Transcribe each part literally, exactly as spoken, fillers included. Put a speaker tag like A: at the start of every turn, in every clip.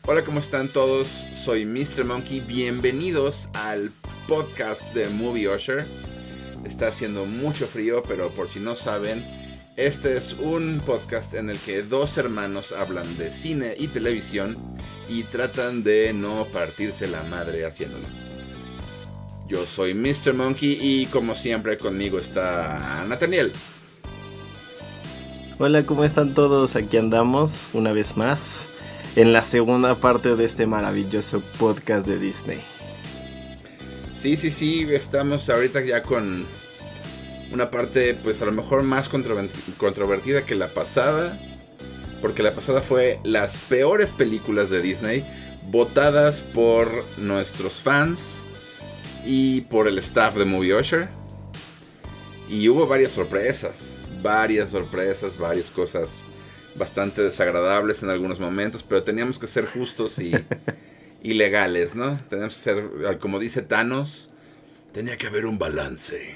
A: Hola, ¿cómo están todos? Soy mister Monkey. Bienvenidos al podcast de Movie Usher. Está haciendo mucho frío, pero por si no saben, este es un podcast en el que dos hermanos hablan de cine y televisión y tratan de no partirse la madre haciéndolo. Yo soy mister Monkey y como siempre conmigo está Nathaniel.
B: Hola, ¿cómo están todos? Aquí andamos una vez más en la segunda parte de este maravilloso podcast de Disney.
A: Sí, sí, sí, estamos ahorita ya con una parte pues a lo mejor más controvertida que la pasada, porque la pasada fue las peores películas de Disney votadas por nuestros fans y por el staff de Movie Usher. Y hubo varias sorpresas, varias sorpresas, varias cosas bastante desagradables en algunos momentos, pero teníamos que ser justos y, y legales, ¿no? Teníamos que ser, como dice Thanos, tenía que haber un balance.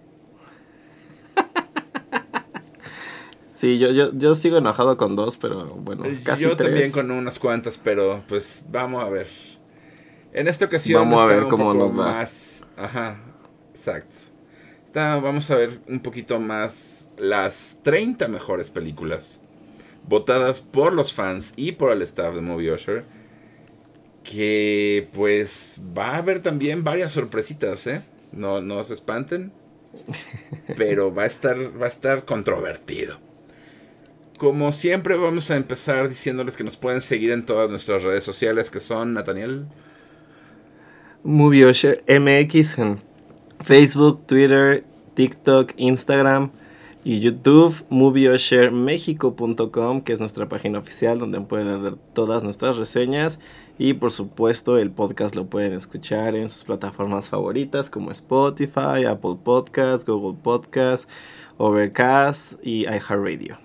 B: Sí, yo, yo, yo sigo enojado con dos, pero bueno, casi
A: Yo
B: tres.
A: también con unas cuantas, pero pues vamos a ver. En esta ocasión
B: vamos a
A: está
B: ver
A: un
B: cómo
A: poco
B: nos va.
A: más... Ajá, exacto. Está, vamos a ver un poquito más las treinta mejores películas votadas por los fans y por el staff de Movie Usher, que pues va a haber también varias sorpresitas, ¿eh? No, no se espanten, pero va a estar, va a estar controvertido. Como siempre vamos a empezar diciéndoles que nos pueden seguir en todas nuestras redes sociales, que son, Nathaniel,
B: Movie Usher M X en Facebook, Twitter, TikTok, Instagram y YouTube, movie usher mexico punto com, que es nuestra página oficial donde pueden leer todas nuestras reseñas. Y por supuesto el podcast lo pueden escuchar en sus plataformas favoritas como Spotify, Apple Podcasts, Google Podcasts, Overcast y iHeartRadio.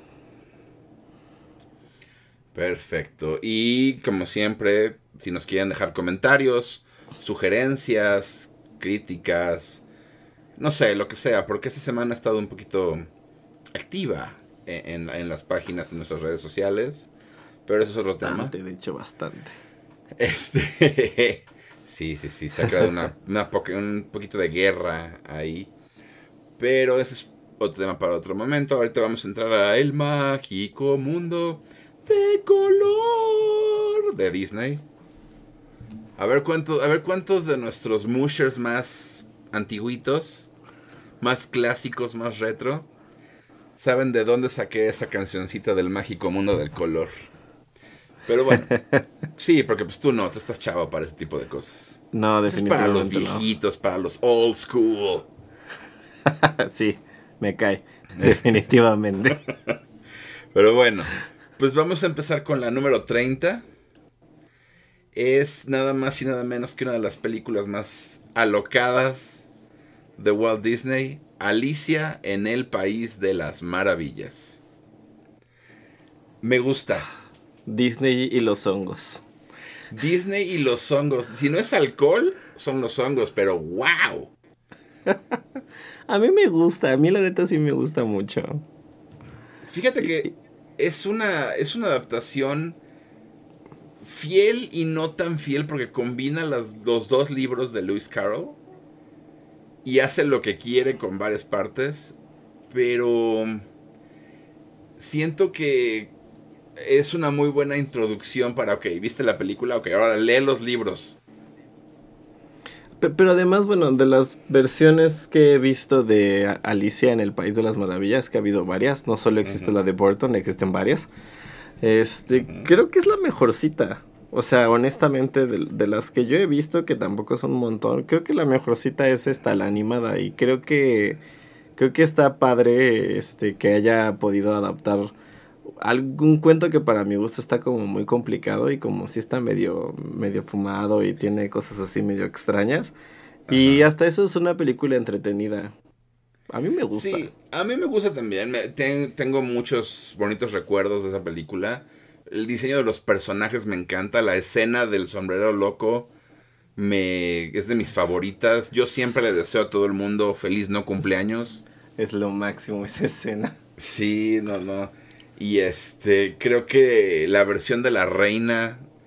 A: Perfecto. Y como siempre, si nos quieren dejar comentarios, sugerencias, críticas, no sé, lo que sea, porque esta semana ha estado un poquito activa en, en, en las páginas de nuestras redes sociales, pero eso es otro
B: bastante,
A: tema.
B: De hecho, bastante.
A: Este, sí, sí, sí, se ha creado una, una po- un poquito de guerra ahí, pero ese es otro tema para otro momento. Ahorita vamos a entrar a el mágico mundo de color de Disney. A ver cuántos, a ver cuántos de nuestros mushers más antiguitos, más clásicos, más retro, saben de dónde saqué esa cancioncita del mágico mundo del color. Pero bueno, sí, porque pues tú no, tú estás chavo para ese tipo de cosas.
B: No,
A: Eso es para los
B: definitivamente
A: viejitos, para los old school.
B: no. Sí, me cae, definitivamente.
A: Pero bueno, pues vamos a empezar con la número treinta. Es nada más y nada menos que una de las películas más alocadas de Walt Disney, Alicia en el País de las Maravillas. Me gusta.
B: Disney y los hongos.
A: Disney y los hongos. Si no es alcohol, son los hongos, pero wow.
B: A mí me gusta, a mí la neta sí me gusta mucho.
A: Fíjate que es una, es una adaptación fiel y no tan fiel porque combina las, los dos libros de Lewis Carroll y hace lo que quiere con varias partes, pero siento que es una muy buena introducción para, ok, viste la película, ok, ahora lee los libros.
B: Pe- Pero además, bueno, de las versiones que he visto de A- Alicia en el País de las Maravillas, que ha habido varias, no solo existe
A: Ujú.
B: la de Burton, existen varias. Este,
A: Ujú.
B: creo que es la mejorcita. O sea, honestamente, de, de las que yo he visto, que tampoco son un montón, creo que la mejorcita es esta, la animada. Y creo que, creo que está padre, este, que haya podido adaptar algún cuento que para mi gusto está como muy complicado y como si está medio, medio fumado y tiene cosas así medio extrañas. Y
A: Ajá.
B: hasta eso es una película entretenida. A mí me gusta.
A: Sí, a mí me gusta también. Me- ten- tengo muchos bonitos recuerdos de esa película. El diseño de los personajes me encanta. La escena del sombrero loco me es de mis favoritas. Yo siempre le deseo a todo el mundo feliz no cumpleaños.
B: Es lo máximo esa escena.
A: Sí, no, no. Y este, creo que la versión de la reina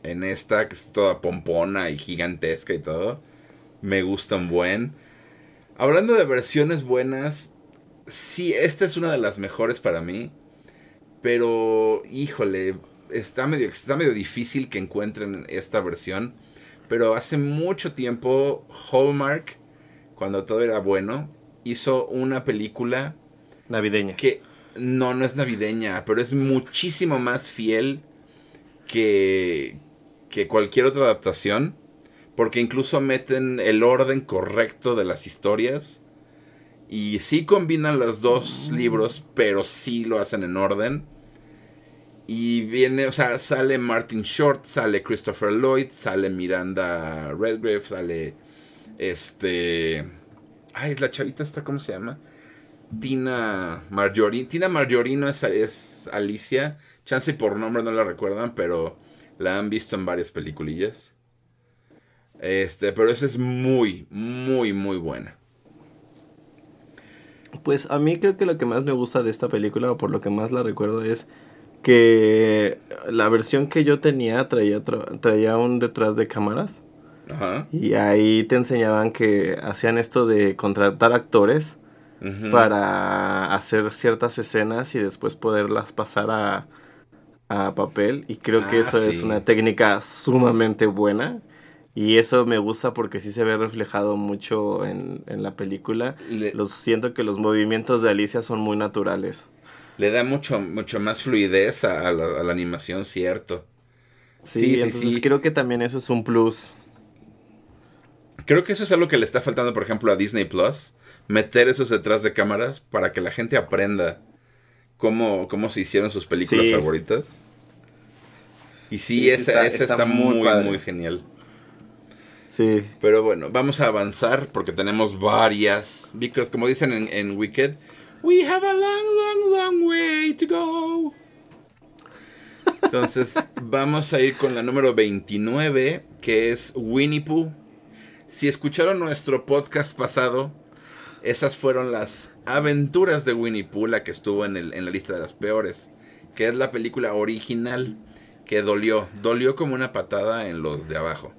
A: en esta, que es toda pompona y gigantesca y todo. Me gusta un buen. Hablando de versiones buenas, sí, esta es una de las mejores para mí. Pero, híjole, está medio, está medio difícil que encuentren esta versión. Pero hace mucho tiempo, Hallmark, cuando todo era bueno, hizo una película
B: Navideña.
A: que no, no es navideña, pero es muchísimo más fiel que, que cualquier otra adaptación. Porque incluso meten el orden correcto de las historias. Y sí combinan los dos libros, pero sí lo hacen en orden. Y viene, o sea, sale Martin Short, sale Christopher Lloyd, sale Miranda Redgrave, sale este... Ay, la chavita esta, ¿cómo se llama? Tina Marjorie. Tina Marjorino es, es Alicia. Chance y por nombre no la recuerdan, pero la han visto en varias peliculillas. Este, pero esa es muy, muy, muy buena.
B: Pues a mí creo que lo que más me gusta de esta película, o por lo que más la recuerdo, es que la versión que yo tenía traía, tra- traía un detrás de cámaras.
A: Ajá.
B: Y ahí te enseñaban que hacían esto de contratar actores
A: Uh-huh.
B: para hacer ciertas escenas y después poderlas pasar a, a papel. Y creo que
A: Ah,
B: eso es
A: sí.
B: una técnica sumamente buena. Y eso me gusta porque sí se ve reflejado mucho en, en la película.
A: Le,
B: Los, siento que los movimientos de Alicia son muy naturales.
A: le da mucho, mucho más fluidez a, a, la, a la animación, cierto. Sí,
B: Sí,
A: sí,
B: entonces
A: sí.
B: creo que también eso es un plus.
A: Creo que eso es algo que le está faltando, por ejemplo, a Disney Plus. Meter esos detrás de cámaras para que la gente aprenda cómo, cómo se hicieron sus películas
B: Sí.
A: favoritas. Y sí,
B: Sí, sí
A: esa,
B: está-
A: esa
B: está
A: está,
B: muy
A: muy,
B: padre.
A: muy genial.
B: Sí.
A: Pero bueno, vamos a avanzar porque tenemos varias. Because, como dicen en, en Wicked, we have a long, long, long way to go. Entonces, vamos a ir con la número veintinueve, que es Winnie Pooh. Si escucharon nuestro podcast pasado, esas fueron las aventuras de Winnie Pooh, la que estuvo en, el, en la lista de las peores, que es la película original, que dolió, dolió como una patada en los de abajo.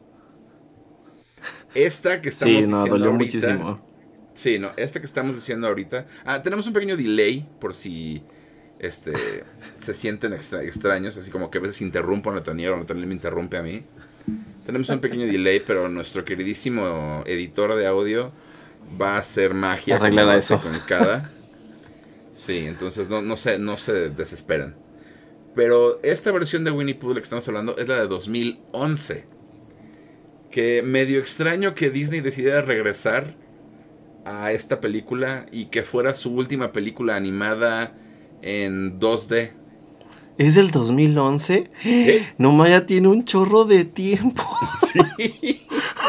A: Esta que estamos
B: Sí, no,
A: diciendo
B: dolió
A: ahorita,
B: muchísimo.
A: sí, no, esta que estamos diciendo ahorita, ah, tenemos un pequeño delay por si este se sienten extra, extraños, así como que a veces interrumpo a Nathaniel o Nathaniel me interrumpe a mí. Tenemos un pequeño delay, pero nuestro queridísimo editor de audio va a hacer magia como
B: Arreglar
A: lo
B: a
A: hace
B: eso.
A: con cada. Sí, entonces no, no, se, no se desesperen. Pero esta versión de Winnie Pooh de la que estamos hablando es la de dos mil once. Que medio extraño que Disney decidiera regresar a esta película y que fuera su última película animada en dos D.
B: ¿Es del dos mil once?
A: ¿Eh?
B: No, ya tiene un chorro de tiempo.
A: Sí.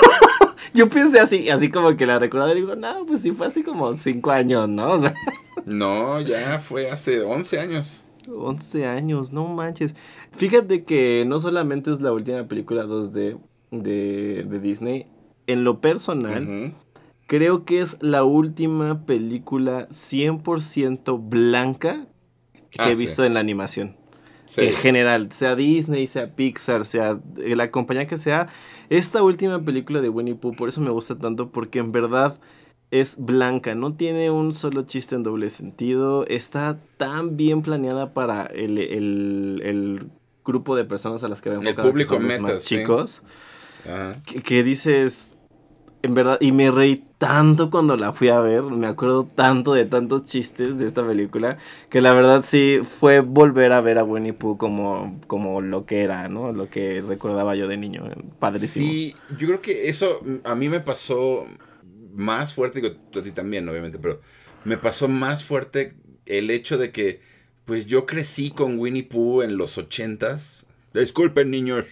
B: Yo pensé así, así como que la recordaba y digo, no, pues sí fue así como cinco años, ¿no? O sea,
A: No, ya fue hace once años.
B: once años, no manches. Fíjate que no solamente es la última película dos D de, de Disney, en lo personal,
A: Uh-huh.
B: creo que es la última película cien por ciento blanca que
A: Ah,
B: he
A: sí.
B: visto en la animación.
A: Sí.
B: En general, sea Disney, sea Pixar, sea la compañía que sea, esta última película de Winnie Pooh, por eso me gusta tanto, porque en verdad es blanca, no tiene un solo chiste en doble sentido, está tan bien planeada para el, el, el grupo de personas a las que va enfocada,
A: público
B: que son los
A: meta,
B: más
A: sí.
B: chicos,
A: Ajá.
B: que, que dices, en verdad, y me reí tanto cuando la fui a ver, me acuerdo tanto de tantos chistes de esta película, que la verdad sí fue volver a ver a Winnie Pooh como, como lo que era, ¿no? Lo que recordaba yo de niño, padrísimo.
A: Sí, yo creo que eso a mí me pasó más fuerte, digo, a ti también, obviamente, pero me pasó más fuerte el hecho de que, pues yo crecí con Winnie Pooh en los ochentas. Disculpen, niños.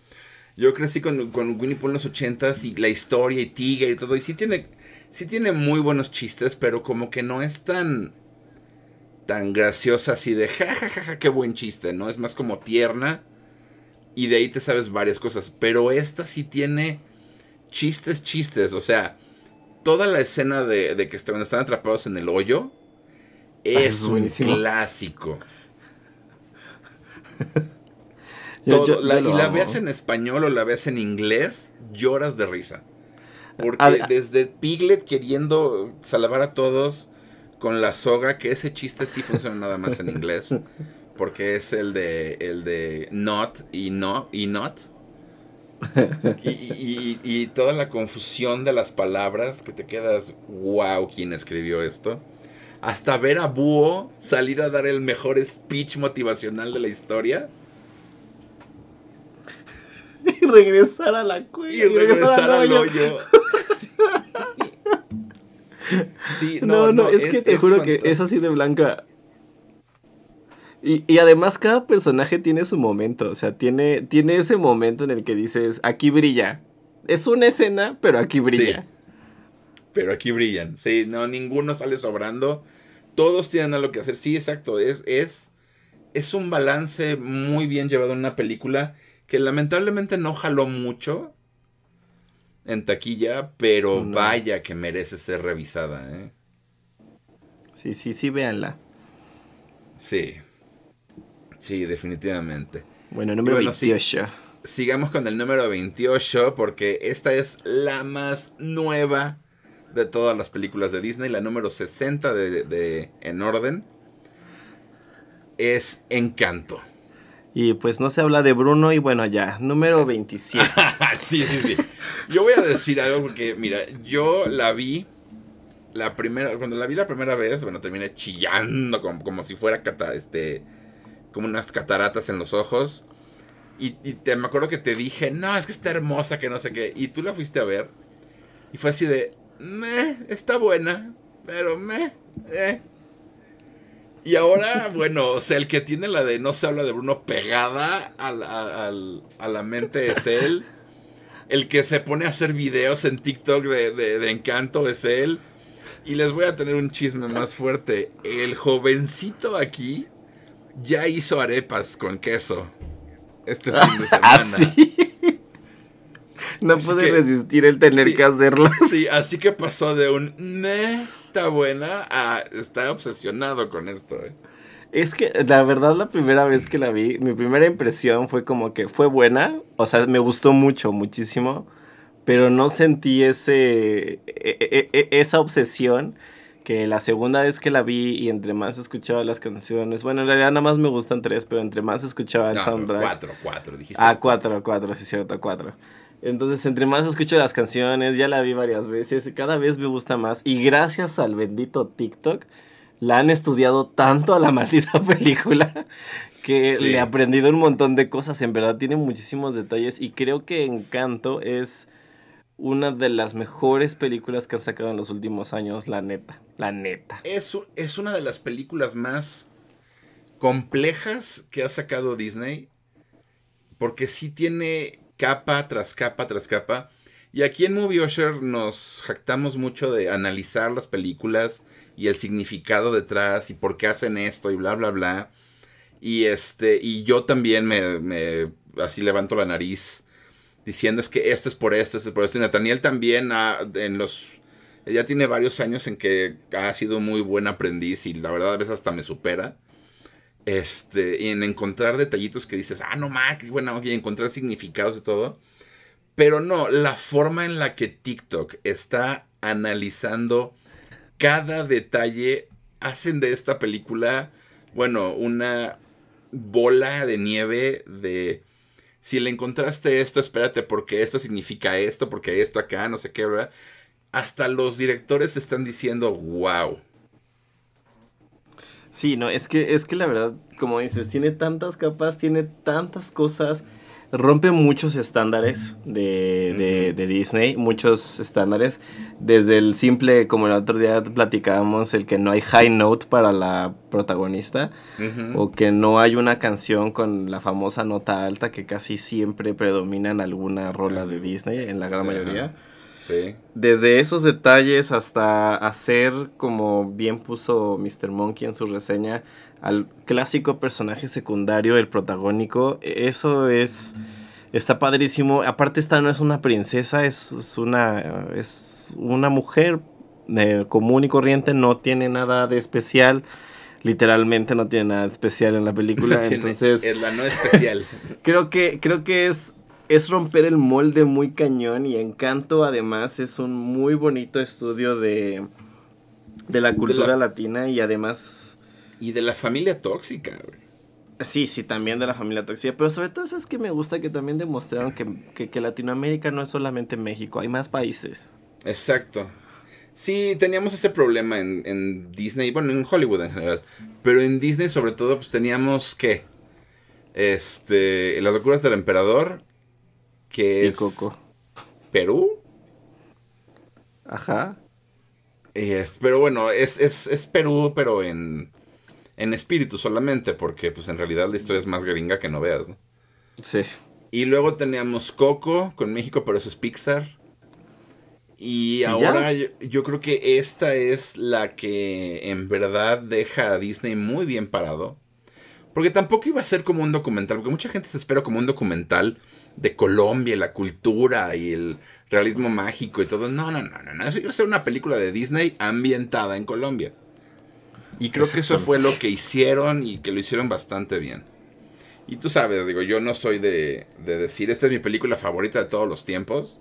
A: Yo crecí con, con Winnie Pooh en los ochentas y la historia y Tigre y todo. Y sí tiene, sí tiene muy buenos chistes, pero como que no es tan, tan graciosa así de ja, ja, ja, ja, qué buen chiste, ¿no? Es más como tierna y de ahí te sabes varias cosas. Pero esta sí tiene chistes, chistes. O sea, toda la escena de, de que est- cuando están atrapados en el hoyo
B: Ah,
A: es
B: es
A: un
B: buenísimo.
A: clásico. Todo, yo, yo, la, yo y la amo. Veas en español o la veas en inglés, lloras de risa. Porque a, a, desde Piglet queriendo salvar a todos con la soga, que ese chiste sí funciona nada más en inglés, porque es el de el de not y no y not. Y, y, y, y toda la confusión de las palabras que te quedas, wow, ¿quién escribió esto? Hasta ver a Búho salir a dar el mejor speech motivacional de la historia.
B: Y regresar a la cueva.
A: Y regresar al, al hoyo. Sí. Sí, no,
B: no, no,
A: no,
B: es, es que te es juro fantástico. Que es así de blanca. Y, y además cada personaje tiene su momento. O sea, tiene, tiene ese momento en el que dices, aquí brilla. Es una escena, pero aquí brilla.
A: Sí. Pero aquí brillan. Sí, no, ninguno sale sobrando. Todos tienen algo que hacer. Sí, exacto. Es, es, es un balance muy bien llevado en una película que lamentablemente no jaló mucho en taquilla, pero no. Vaya que merece ser revisada, ¿eh?
B: Sí, sí, sí, véanla.
A: Sí. Sí, definitivamente.
B: Bueno, número bueno, veintiocho.
A: Sí, sigamos con el número veintiocho, porque esta es la más nueva de todas las películas de Disney, la número sesenta de, de, de, en orden. Es Encanto.
B: Y pues no se habla de Bruno y bueno, ya, número veintisiete.
A: Sí, sí, sí. Yo voy a decir algo porque, mira, yo la vi la primera, cuando la vi la primera vez, bueno, terminé chillando como, como si fuera cata, este, como unas cataratas en los ojos. Y, y te, me acuerdo que te dije, no, es que está hermosa, que no sé qué. Y tú la fuiste a ver y fue así de, meh, está buena, pero meh, eh. Y ahora, bueno, o sea, el que tiene la de no se habla de Bruno pegada a la, a, a la mente es él. El que se pone a hacer videos en TikTok de, de, de Encanto es él. Y les voy a tener un chisme más fuerte. El jovencito aquí ya hizo arepas con queso este fin de semana.
B: ¿Ah, sí? No así pude que, resistir el tener
A: sí,
B: que hacerlo.
A: Sí, así que pasó de un meh, está buena a está obsesionado con esto, ¿eh?
B: Es que la verdad la primera vez que la vi, mi primera impresión fue como que fue buena, o sea, me gustó mucho, muchísimo, pero no sentí ese e, e, esa obsesión que la segunda vez que la vi y entre más escuchaba las canciones, bueno, en realidad nada más me gustan tres, pero entre más escuchaba el
A: no,
B: soundtrack.
A: Cuatro, cuatro, dijiste.
B: Ah, cuatro, cuatro, sí, cierto, cuatro. Entonces, entre más escucho las canciones, ya la vi varias veces, cada vez me gusta más, y gracias al bendito TikTok, la han estudiado tanto a la maldita película que sí. Le he aprendido un montón de cosas. En verdad tiene muchísimos detalles y creo que Encanto es una de las mejores películas que han sacado en los últimos años, la neta, la neta.
A: Es, es una de las películas más complejas que ha sacado Disney porque sí tiene capa tras capa tras capa. Y aquí en Movie Usher nos jactamos mucho de analizar las películas y el significado detrás y por qué hacen esto y bla, bla, bla. Y, este, y yo también me, me así levanto la nariz diciendo es que esto es por esto, esto es por esto. Y Nathaniel también ha, en los, ya tiene varios años en que ha sido muy buen aprendiz y la verdad a veces hasta me supera. Este, y en encontrar detallitos que dices, ah, no ma, qué buena, y encontrar significados y todo. Pero no, la forma en la que TikTok está analizando cada detalle hacen de esta película, bueno, una bola de nieve de si le encontraste esto, espérate, porque esto significa esto, porque esto acá, no sé qué, ¿verdad? Hasta los directores están diciendo, wow.
B: Sí, no, es que, es que la verdad, como dices, tiene tantas capas, tiene tantas cosas, rompe muchos estándares de, de, uh-huh. de Disney, muchos estándares, desde el simple, como el otro día platicábamos, el que no hay high note para la protagonista, uh-huh. o que no hay una canción con la famosa nota alta que casi siempre predomina en alguna rola uh-huh. de Disney, en la gran uh-huh. mayoría.
A: Sí.
B: Desde esos detalles hasta hacer, como bien puso mister Monkey en su reseña, al clásico personaje secundario, el protagónico, eso es, está padrísimo. Aparte esta no es una princesa, es, es, una, es una mujer eh, común y corriente, no tiene nada de especial. literalmente no tiene nada especial en la película.
A: No tiene-
B: Entonces,
A: es la no especial.
B: creo que, creo que es, es romper el molde muy cañón. Y Encanto, además, es un muy bonito estudio de, de la cultura
A: la-
B: latina. Y además,
A: Y de la familia tóxica, güey.
B: sí, sí, también de la familia tóxica. Pero sobre todo, es que me gusta que también demostraron que, que, que Latinoamérica no es solamente México, hay más países.
A: Exacto. Sí, teníamos ese problema en, en Disney, bueno, en Hollywood en general. Pero en Disney, sobre todo, pues teníamos que. Este. Las locuras del emperador. Que
B: Y
A: es.
B: Coco.
A: Perú.
B: Ajá.
A: Es, pero bueno, es, es, es Perú, pero en. En espíritu solamente, porque pues en realidad la historia es más gringa que no veas, ¿no?
B: Sí.
A: Y luego teníamos Coco con México, pero eso es Pixar. Y
B: ¿Y
A: ahora
B: ya?
A: yo, yo creo que esta es la que en verdad deja a Disney muy bien parado. Porque tampoco iba a ser como un documental, porque mucha gente se espera como un documental de Colombia, y la cultura y el realismo mágico y todo. No, no, no, no, no. Eso iba a ser una película de Disney ambientada en Colombia. Y creo que eso fue lo que hicieron y que lo hicieron bastante bien. Y tú sabes, digo, yo no soy de, de decir, esta es mi película favorita de todos los tiempos.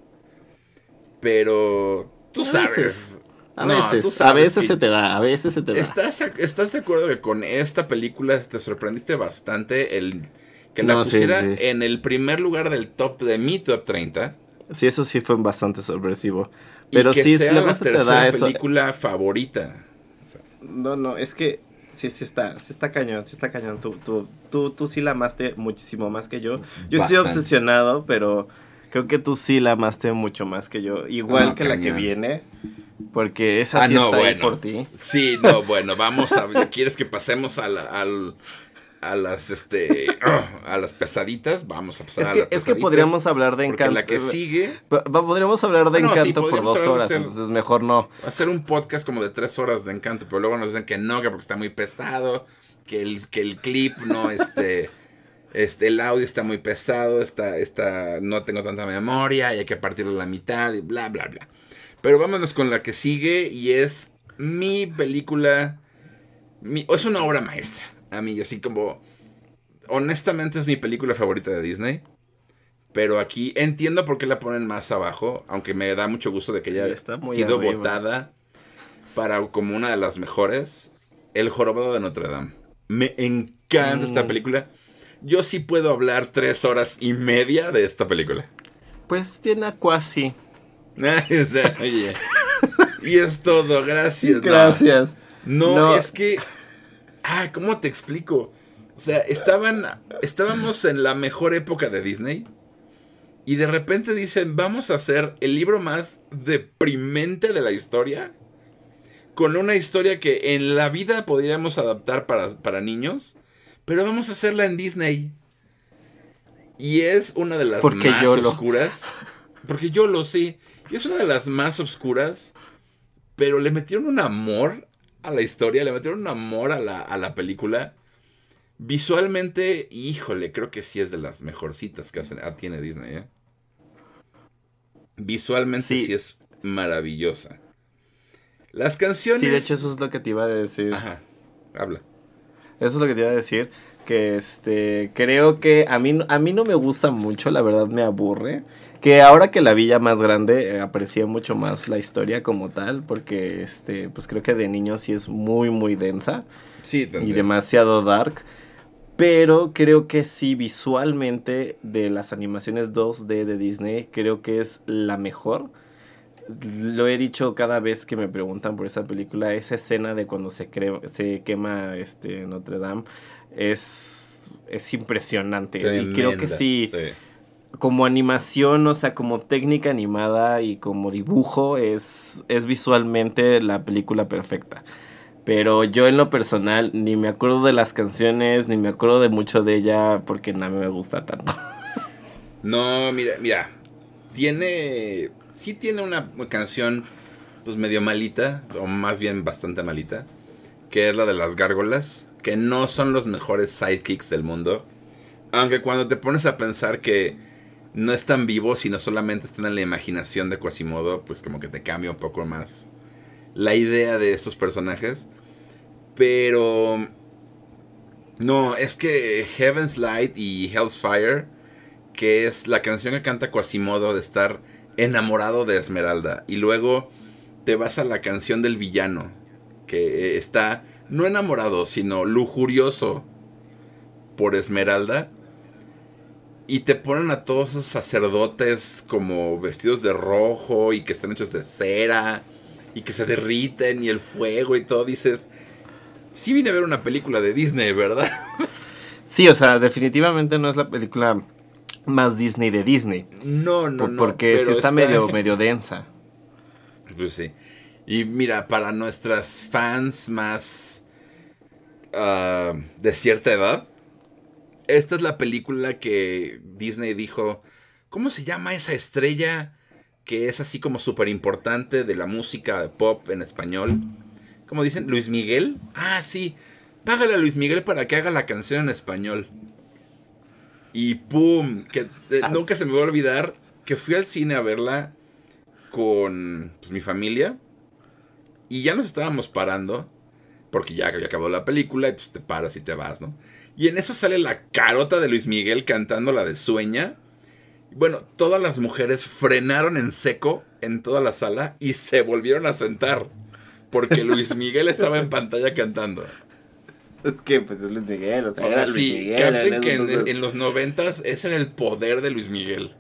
A: Pero tú
B: A
A: sabes.
B: veces. A
A: No,
B: veces.
A: tú
B: A
A: sabes
B: veces
A: que-
B: se te da, a veces se te da.
A: ¿Estás, a- ¿Estás de acuerdo que con esta película te sorprendiste bastante el que la
B: No, sí,
A: pusiera
B: sí.
A: en el primer lugar del top de mi top treinta?
B: Sí, eso sí fue bastante sorpresivo.
A: Y
B: Pero
A: que
B: sí,
A: sea
B: luego
A: la
B: se te
A: tercera
B: da eso.
A: película favorita. O sea,
B: No, no, es que sí, sí está, sí está cañón, sí está cañón. Tú, tú, tú, tú sí la amaste muchísimo más que yo. Yo estoy
A: Bastante.
B: obsesionado, pero creo que tú sí la amaste mucho más que yo. Igual
A: No,
B: que la que
A: cañón.
B: viene, porque esa
A: Ah,
B: sí
A: no,
B: está ahí
A: bueno.
B: por ti.
A: Sí, no, bueno, vamos a ver. ¿Quieres que pasemos a, la- al, a las este a las pesaditas? Vamos a pasar
B: Es
A: a
B: que,
A: las
B: es que
A: pesaditas,
B: podríamos hablar de
A: porque
B: Encanto.
A: la que sigue
B: Pa- pa- Podríamos hablar de
A: Ah, no, sí,
B: Encanto por
A: podríamos
B: dos
A: hablar de
B: horas,
A: ser-
B: entonces mejor no.
A: hacer un podcast como de tres horas de Encanto, pero luego nos dicen que no, que porque está muy pesado, que el, que el clip no, este, este, el audio está muy pesado, está, está, no tengo tanta memoria y hay que partirlo a la mitad y bla, bla, bla. Pero vámonos con la que sigue y es mi película, mi, es una obra maestra, a mí, así como, honestamente es mi película favorita de Disney. Pero aquí entiendo por qué la ponen más abajo, aunque me da mucho gusto de que haya
B: Está muy
A: sido
B: arriba.
A: votada para como una de las mejores. El Jorobado de Notre Dame. Me encanta
B: Mm.
A: esta película. Yo sí puedo hablar tres horas y media de esta película.
B: Pues tiene a Quasi.
A: Oye. Y es todo, gracias. No.
B: Gracias.
A: No,
B: No.
A: es que... Ah, ¿cómo te explico? O sea, estaban, estábamos en la mejor época de Disney. Y de repente dicen, vamos a hacer el libro más deprimente de la historia. Con una historia que en la vida podríamos adaptar para, para niños. Pero vamos a hacerla en Disney. Y es una de las
B: Porque
A: más
B: YOLO.
A: oscuras. Porque yo lo sé. Y es una de las más oscuras. Pero le metieron un amor a la historia. Le metieron un amor a la, a la película. Visualmente, híjole, creo que sí es de las mejorcitas que hacen, ah, tiene Disney, ¿eh? Visualmente sí.
B: Sí.
A: es maravillosa. Las canciones...
B: Sí, de hecho eso es lo que te iba a decir.
A: Ajá, habla.
B: Eso es lo que te iba a decir. Que este, creo que a mí, a mí no me gusta mucho, la verdad me aburre. Que ahora que la vi ya más grande, eh, aprecié mucho más la historia como tal. Porque este, pues creo que de niño sí es muy, muy densa.
A: Sí, te
B: Y
A: entiendo.
B: demasiado dark. Pero creo que sí, visualmente, de las animaciones dos D de Disney, creo que es la mejor. Lo he dicho cada vez que me preguntan por esa película. Esa escena de cuando se, cre- se quema este Notre Dame es, es impresionante. Y creo que
A: Tremenda,
B: sí, como animación, o sea, como técnica animada y como dibujo, es, es visualmente la película perfecta. Pero yo en lo personal ni me acuerdo de las canciones, ni me acuerdo de mucho de ella porque no me gusta tanto.
A: No, mira, mira. Tiene... Sí tiene una canción pues medio malita, o más bien bastante malita, que es la de las gárgolas, que no son los mejores sidekicks del mundo. Aunque cuando te pones a pensar que no están vivos, sino solamente están en la imaginación de Quasimodo, pues como que te cambia un poco más la idea de estos personajes. Pero No, es que Heaven's Light y Hell's Fire, que es la canción que canta Quasimodo de estar enamorado de Esmeralda. Y luego te vas a la canción del villano, que está no enamorado, sino lujurioso por Esmeralda. Y te ponen a todos esos sacerdotes como vestidos de rojo y que están hechos de cera y que se derriten y el fuego y todo. Dices, sí vine a ver una película de Disney, ¿verdad?
B: Sí, o sea, definitivamente no es la película más Disney de Disney.
A: No, no, no.
B: Porque sí está, está medio, medio densa.
A: Pues sí. Y mira, para nuestras fans más uh, de cierta edad, esta es la película que Disney dijo, ¿cómo se llama esa estrella que es así como súper importante de la música pop en español? ¿Cómo dicen? ¿Luis Miguel? Ah, sí. Págale a Luis Miguel para que haga la canción en español. Y ¡pum! Que eh, nunca se me va a olvidar que fui al cine a verla con pues, mi familia. Y ya nos estábamos parando, porque ya había acabado la película y pues te paras y te vas, ¿no? Y en eso sale la carota de Luis Miguel cantando la de Sueña. Bueno, todas las mujeres frenaron en seco en toda la sala y se volvieron a sentar. Porque Luis Miguel estaba en pantalla cantando.
B: Es que pues es Luis Miguel, o sea,
A: Ahora
B: era
A: sí,
B: Luis Miguel.
A: capten
B: En
A: que en,
B: esos...
A: en los noventas ese era el poder de Luis Miguel.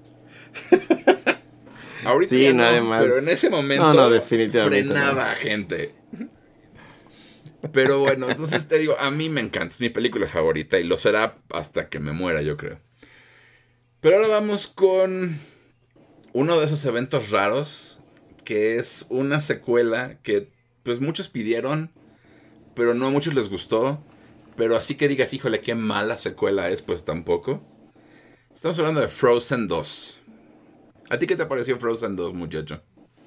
A: Ahorita
B: sí,
A: ya no,
B: nada más.
A: Pero en ese momento
B: no, no, definitivamente
A: frenaba
B: no.
A: gente. Pero bueno, entonces te digo, a mí me encanta, es mi película favorita y lo será hasta que me muera, yo creo. Pero ahora vamos con uno de esos eventos raros, que es una secuela que pues muchos pidieron, pero no a muchos les gustó. Pero así que digas, híjole, qué mala secuela es, pues tampoco. Estamos hablando de Frozen dos. ¿A ti qué te pareció Frozen dos, muchacho?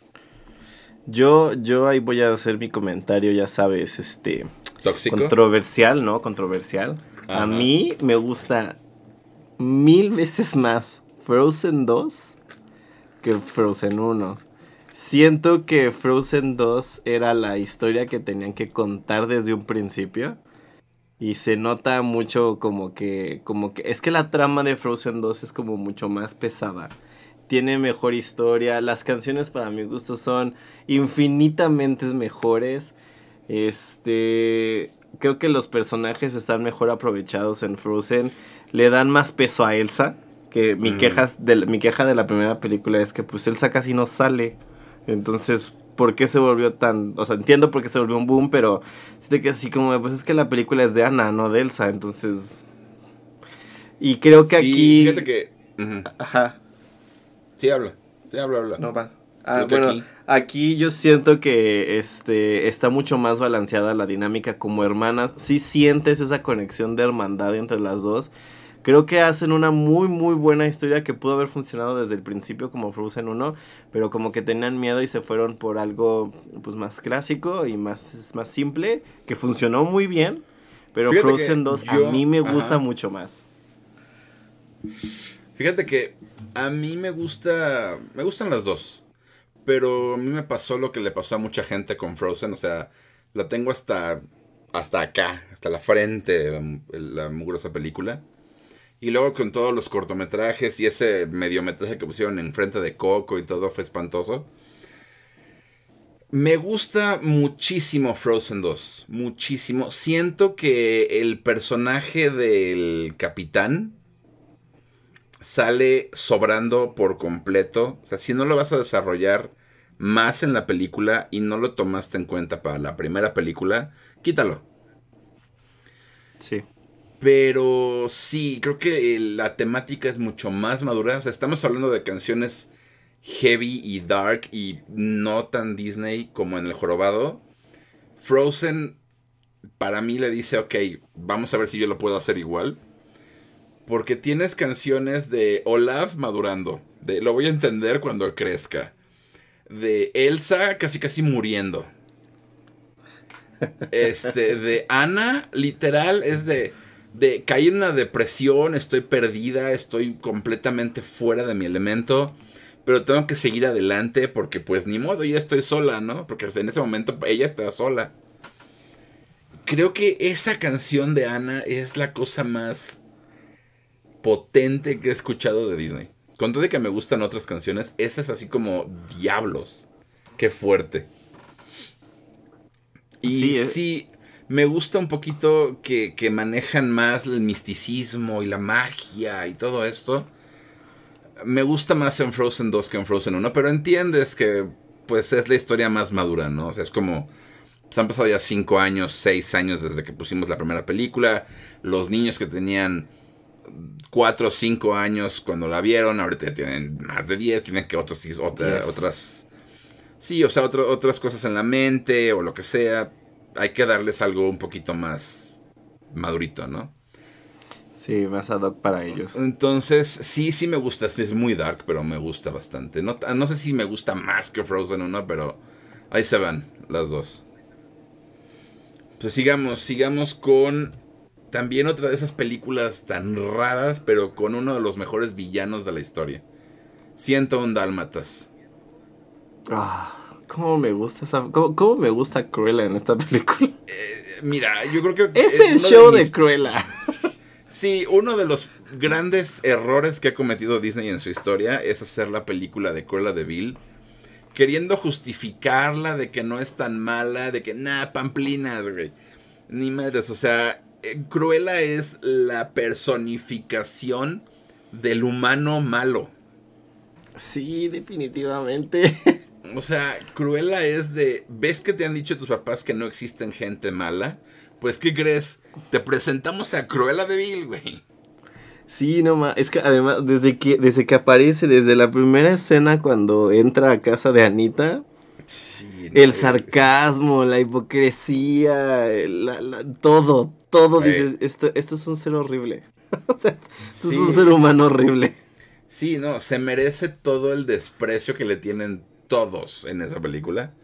B: Yo, yo ahí voy a hacer mi comentario, ya sabes, este...
A: ¿Tóxico?
B: Controversial, ¿no? Controversial. Ajá. A mí me gusta mil veces más Frozen dos que Frozen uno. Siento que Frozen dos era la historia que tenían que contar desde un principio. Y se nota mucho como que, como que... Es que la trama de Frozen dos es como mucho más pesada. Tiene mejor historia. Las canciones para mi gusto son infinitamente mejores. Este... Creo que los personajes están mejor aprovechados en Frozen. Le dan más peso a Elsa. Que mi, mm. queja de, mi queja de la primera película es que pues Elsa casi no sale. Entonces, ¿por qué se volvió tan...? O sea, entiendo por qué se volvió un boom, pero... Siento que así como, pues es que la película es de Anna, no de Elsa, entonces... Y creo que
A: sí,
B: aquí...
A: fíjate que... Uh-huh.
B: Ajá.
A: Sí, habla. Sí, habla, habla.
B: No, va. Ah, bueno, aquí... aquí yo siento que este está mucho más balanceada la dinámica como hermanas. Sí sientes esa conexión de hermandad entre las dos. Creo que hacen una muy muy buena historia que pudo haber funcionado desde el principio como Frozen uno, pero como que tenían miedo y se fueron por algo pues más clásico y más, más simple, que funcionó muy bien, pero Fíjate Frozen dos yo, a mí me gusta ajá. mucho más.
A: Fíjate que a mí me gusta, me gustan las dos, pero a mí me pasó lo que le pasó a mucha gente con Frozen, o sea, la tengo hasta, hasta acá, hasta la frente, la, la mugrosa película. Y luego con todos los cortometrajes y ese mediometraje que pusieron enfrente de Coco y todo fue espantoso. Me gusta muchísimo Frozen dos, muchísimo. Siento que el personaje del capitán sale sobrando por completo. O sea, si no lo vas a desarrollar más en la película y no lo tomaste en cuenta para la primera película, quítalo.
B: Sí.
A: Pero sí, creo que la temática es mucho más madura. O sea, estamos hablando de canciones heavy y dark y no tan Disney como en El Jorobado. Frozen, para mí le dice, ok, vamos a ver si yo lo puedo hacer igual. Porque tienes canciones de Olaf madurando. De lo voy a entender cuando crezca. De Elsa casi casi muriendo. Este, de Anna, literal, es de... De caí en una depresión, estoy perdida, estoy completamente fuera de mi elemento, pero tengo que seguir adelante porque pues ni modo, ya estoy sola, ¿no? Porque en ese momento ella está sola. creo que esa canción de Anna es la cosa más potente que he escuchado de Disney. Con todo de que me gustan otras canciones, esa es así como diablos. Qué fuerte. Y sí, es... sí me gusta un poquito que, que manejan más el misticismo y la magia y todo esto. Me gusta más en Frozen dos que en Frozen uno, pero entiendes que pues es la historia más madura, ¿no? O sea, es como... Se han pasado ya cinco años, seis años desde que pusimos la primera película. Los niños que tenían cuatro o cinco años cuando la vieron, ahorita ya tienen más de diez, tienen que otros, otra, yes. otras... Sí, o sea, otro, otras cosas en la mente o lo que sea. Hay que darles algo un poquito más madurito, ¿no?
B: Sí, más ad hoc para ellos.
A: Entonces, sí, sí me gusta. Sí, es muy dark, pero me gusta bastante. No, no sé si me gusta más que Frozen uno, pero ahí se van las dos. Pues sigamos, sigamos con también otra de esas películas tan raras, pero con uno de los mejores villanos de la historia. ciento uno Dálmatas.
B: Ah, cómo me gusta esa, cómo, cómo me gusta Cruella en esta película.
A: Eh, mira, yo creo que
B: es el show de, mis... de Cruella.
A: Sí, uno de los grandes errores que ha cometido Disney en su historia es hacer la película de Cruella de Vil, queriendo justificarla de que no es tan mala, de que nada, pamplinas, güey. Ni madres, o sea, Cruella es la personificación del humano malo.
B: Sí, definitivamente.
A: O sea, Cruella es de... ¿Ves que te han dicho tus papás que no existen gente mala? Pues, ¿qué crees? Te presentamos a Cruella de Vil, güey.
B: Sí, no más, es que además, desde que, desde que aparece, desde la primera escena cuando entra a casa de Anita, sí, no, el sarcasmo, es... la hipocresía, la, la, todo, todo, eh. dices, esto, esto es un ser horrible. O sea, esto sí. es un ser humano horrible.
A: Sí, no, se merece todo el desprecio que le tienen todos en esa película.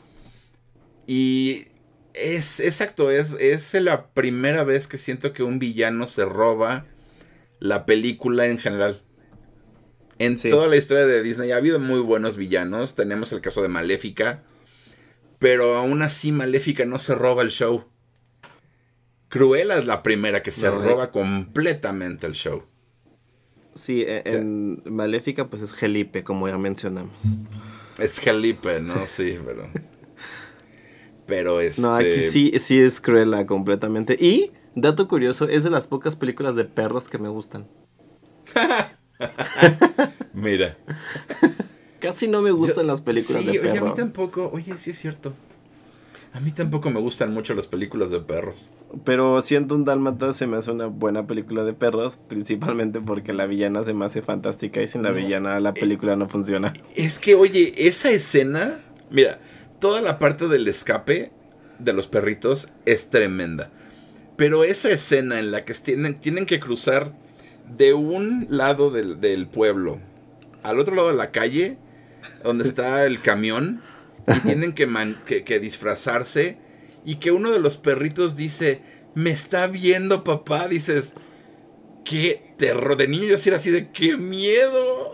A: Y es, exacto, es, es la primera vez que siento que un villano se roba la película en general. En sí. toda la historia de Disney ha habido muy buenos villanos. Tenemos el caso de Maléfica. Pero aún así Maléfica no se roba el show. Cruella es la primera que se no, roba eh. completamente el show.
B: Sí, en sí. Maléfica pues es Felipe, como ya mencionamos.
A: Es Felipe, ¿no? Sí, pero... Pero este...
B: No, aquí sí, sí es Cruella completamente. Y... dato curioso, es de las pocas películas de perros que me gustan.
A: Mira.
B: Casi no me gustan Yo, las películas sí, de perros.
A: Oye, a mí tampoco. Oye, sí es cierto. A mí tampoco me gustan mucho las películas de perros.
B: Pero ciento uno Dálmatas se me hace una buena película de perros, principalmente porque la villana se me hace fantástica y sin la no, villana la película eh, no funciona.
A: Es que, oye, esa escena... Mira, toda la parte del escape de los perritos es tremenda. Pero esa escena en la que tienen, tienen que cruzar de un lado del, del pueblo al otro lado de la calle, donde está el camión, y tienen que, man, que, que disfrazarse, y que uno de los perritos dice, me está viendo papá, dices, qué terror. De niño yo sí era así de, qué miedo.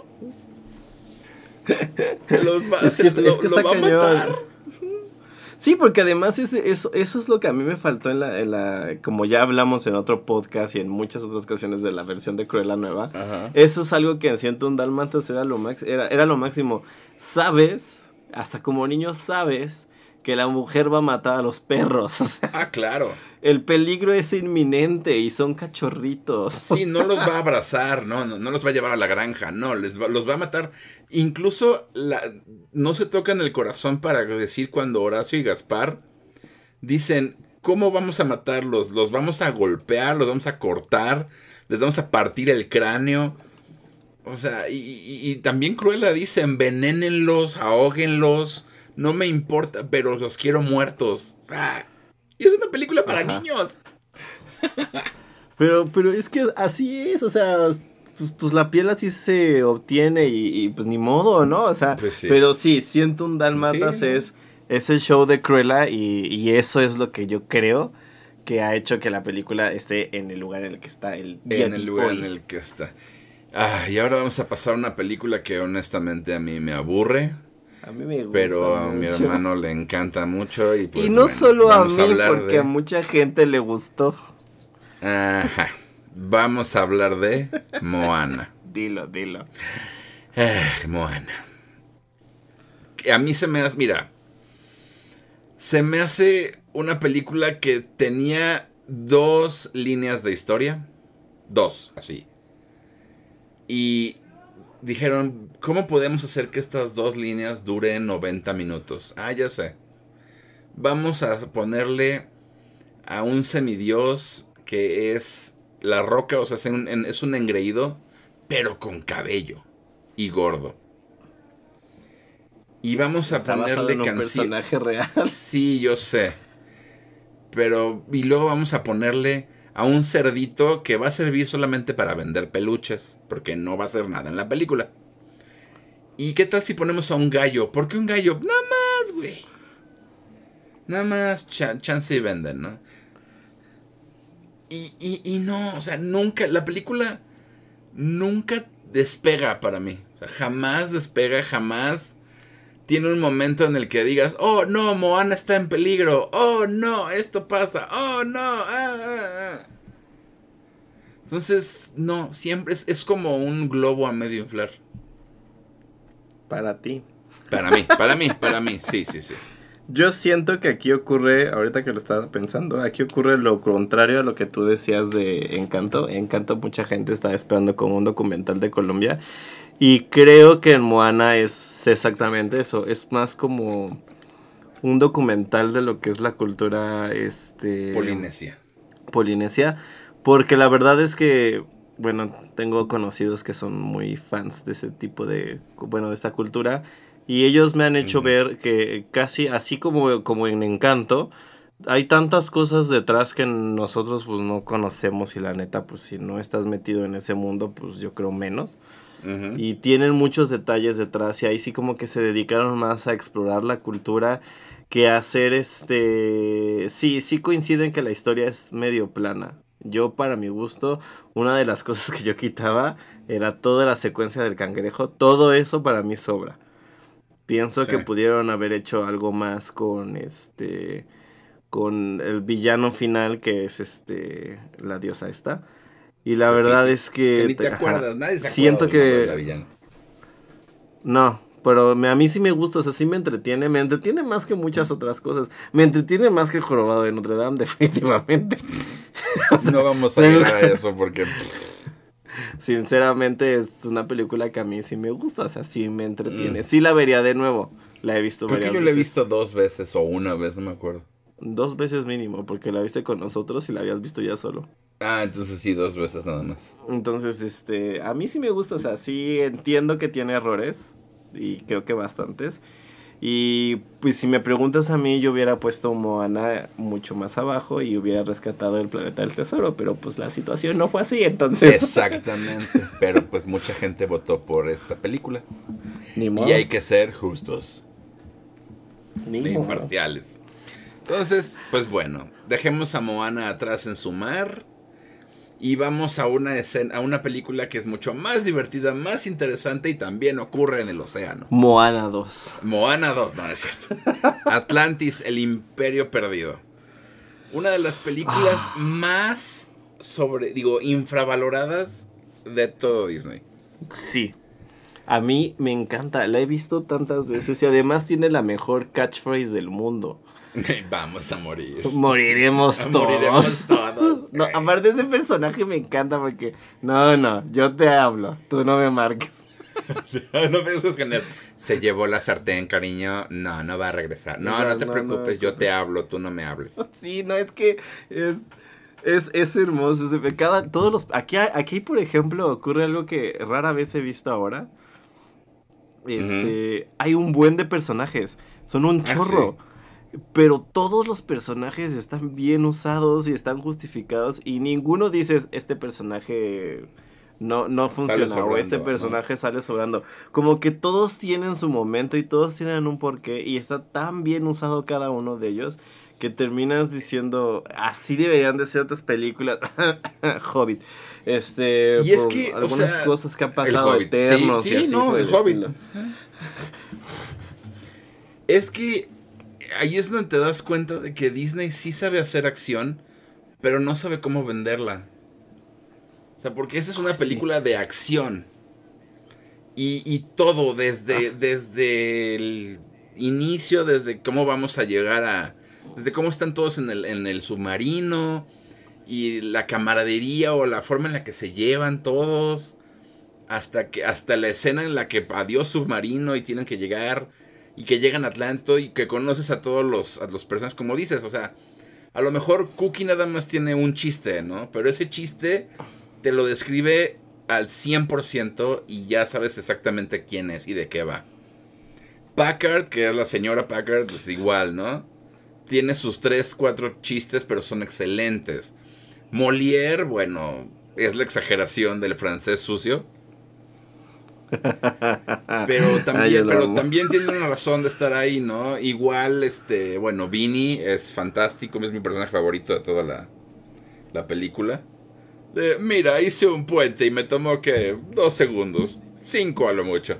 A: Los va,
B: es que,
A: se, lo,
B: es que
A: lo va a matar.
B: Sí, porque además ese, eso, eso es lo que a mí me faltó en la, en la... Como ya hablamos en otro podcast y en muchas otras ocasiones de la versión de Cruella nueva. Ajá. Eso es algo que en ciento uno Dálmatas era lo, max, era, era lo máximo. Sabes, hasta como niño sabes que la mujer va a matar a los perros. O sea,
A: ah, claro.
B: El peligro es inminente y son cachorritos.
A: Sí, no los va a abrazar, no, no, no los va a llevar a la granja, no, les va, los va a matar. Incluso la, no se tocan el corazón para decir cuando Horacio y Gaspar dicen, ¿cómo vamos a matarlos? Los vamos a golpear, los vamos a cortar, les vamos a partir el cráneo. O sea, y, y, y también Cruella dice, envenénenlos, ahóguenlos, no me importa, pero los quiero muertos. O sea, y es una película para Ajá. niños.
B: Pero, pero es que así es, o sea, pues, pues la piel así se obtiene y, y pues ni modo, ¿no? O sea, pues sí. Pero sí, ciento uno Dálmatas sí, ¿no? es, es el show de Cruella y, y eso es lo que yo creo que ha hecho que la película esté en el lugar en el que está el día
A: En el lugar hoy. en el que está. Ah, y ahora vamos a pasar a una película que honestamente a mí me aburre.
B: A mí me gusta
A: pero a
B: mucho.
A: mi hermano le encanta mucho. Y, pues,
B: y no
A: bueno,
B: solo a
A: vamos
B: mí,
A: hablar
B: porque
A: de...
B: a mucha gente le gustó.
A: Ajá. Vamos a hablar de Moana.
B: Dilo, dilo.
A: Eh, Moana. Que a mí se me hace, mira, se me hace una película que tenía dos líneas de historia. Dos, así. Y dijeron, ¿cómo podemos hacer que estas dos líneas duren noventa minutos? Ah, ya sé. Vamos a ponerle a un semidios que es la roca, o sea, es un, es un engreído, pero con cabello y gordo. Y vamos a
B: Está basado
A: ponerle
B: en un
A: canción.
B: personaje real.
A: Sí, yo sé. Pero, y luego vamos a ponerle a un cerdito que va a servir solamente para vender peluches, porque no va a hacer nada en la película. ¿Y qué tal si ponemos a un gallo? ¿Por qué un gallo? Nada más, güey. Nada más ch- chance y venden, ¿no? Y, y, y no, o sea, nunca, la película nunca despega para mí. O sea, jamás despega, jamás tiene un momento en el que digas, oh no, Moana está en peligro, oh no, esto pasa, oh no, ah, ah, ah. Entonces, no, siempre es, es como un globo a medio inflar.
B: Para ti.
A: Para mí, para mí, para mí, sí, sí, sí.
B: Yo siento que aquí ocurre, ahorita que lo estaba pensando, aquí ocurre lo contrario a lo que tú decías de Encanto. Encanto mucha gente está esperando como un documental de Colombia. Y creo que en Moana es exactamente eso. Es más como un documental de lo que es la cultura este
A: Polinesia.
B: Polinesia. Porque la verdad es que, bueno, tengo conocidos que son muy fans de ese tipo de, bueno, de esta cultura. Y ellos me han hecho uh-huh. ver que casi así como, como en Encanto, hay tantas cosas detrás que nosotros pues no conocemos y la neta pues si no estás metido en ese mundo pues yo creo menos. Uh-huh. Y tienen muchos detalles detrás y ahí sí como que se dedicaron más a explorar la cultura que a hacer este... Sí, sí coinciden que la historia es medio plana. Yo para mi gusto, una de las cosas que yo quitaba era toda la secuencia del cangrejo, todo eso para mí sobra. Pienso sí. que pudieron haber hecho algo más con este con el villano final que es este la diosa esta. Y la Tofiti. verdad es que,
A: que ni te acuerdas, ajá, nadie se acuerda
B: siento que
A: de la villana.
B: No, pero me, a mí sí me gusta, o sea, sí me entretiene, me entretiene más que muchas otras cosas. Me entretiene más que el jorobado de Notre Dame, definitivamente.
A: O sea, no vamos a llegar a eso porque
B: sinceramente es una película que a mí sí me gusta, o sea, sí me entretiene. Mm. Sí la vería de nuevo, la he visto
A: Creo
B: varias
A: que yo
B: veces.
A: la he visto dos veces o una vez, no me acuerdo.
B: Dos veces mínimo, porque la viste con nosotros y la habías visto ya solo.
A: Ah, entonces sí, dos veces nada más.
B: Entonces, este, a mí sí me gusta, o sea, sí entiendo que tiene errores, y creo que bastantes. Y pues si me preguntas a mí, yo hubiera puesto Moana mucho más abajo y hubiera rescatado el planeta del tesoro, pero pues la situación no fue así, entonces.
A: Exactamente, pero pues mucha gente votó por esta película.
B: Ni modo.
A: Y hay que ser justos.
B: Ni
A: e
B: modo.
A: Imparciales. Entonces, pues bueno, dejemos a Moana atrás en su mar. Y vamos a una escena, a una película que es mucho más divertida, más interesante y también ocurre en el océano.
B: Moana dos.
A: Moana dos, no, no es cierto. Atlantis, el imperio perdido. Una de las películas ah. más sobre, digo, infravaloradas de todo Disney.
B: Sí. A mí me encanta, la he visto tantas veces y además tiene la mejor catchphrase del mundo.
A: Vamos a morir.
B: Moriremos todos.
A: Moriremos todos.
B: No, aparte ese personaje me encanta porque no, no, yo te hablo, tú no me marques.
A: No me uses genial. Se llevó la sartén, cariño. No, no va a regresar. No, no, no te no, preocupes, no, yo te hablo, tú no me hables.
B: Sí, no, es que es es, es hermoso. Cada, todos los, aquí, aquí, por ejemplo, ocurre algo que rara vez he visto ahora. Este, uh-huh. Hay un buen de personajes. Son un chorro. Ah, sí. Pero todos los personajes están bien usados y están justificados. Y ninguno dices, este personaje no, no funciona sobrando, o este personaje ¿no? sale sobrando. Como que todos tienen su momento y todos tienen un porqué. Y está tan bien usado cada uno de ellos que terminas diciendo, así deberían de ser otras películas. Hobbit. Este,
A: y es que,
B: algunas
A: o sea,
B: cosas que han pasado eternos.
A: Sí,
B: y
A: sí
B: así
A: no, el Hobbit. Es que ahí es donde te das cuenta de que Disney sí sabe hacer acción, pero no sabe cómo venderla. O sea, porque esa es una película sí. de acción. Y, y todo, desde, ah. desde el inicio, desde cómo vamos a llegar a... Desde cómo están todos en el, en el submarino, y la camaradería o la forma en la que se llevan todos, hasta, que, hasta la escena en la que adiós submarino y tienen que llegar, y que llegan a Atlanta y que conoces a todos los, a los personajes, como dices, o sea, a lo mejor Cookie nada más tiene un chiste, ¿no? Pero ese chiste te lo describe al cien por ciento y ya sabes exactamente quién es y de qué va. Packard, que es la señora Packard, pues igual, ¿no? Tiene sus tres, cuatro chistes, pero son excelentes. Molière, bueno, es la exageración del francés sucio. Pero también, Ay, pero también tiene una razón de estar ahí, ¿no? Igual, este, bueno, Vinny es fantástico, es mi personaje favorito de toda la, la película. De, mira, hice un puente y me tomó, que dos segundos, cinco a lo mucho.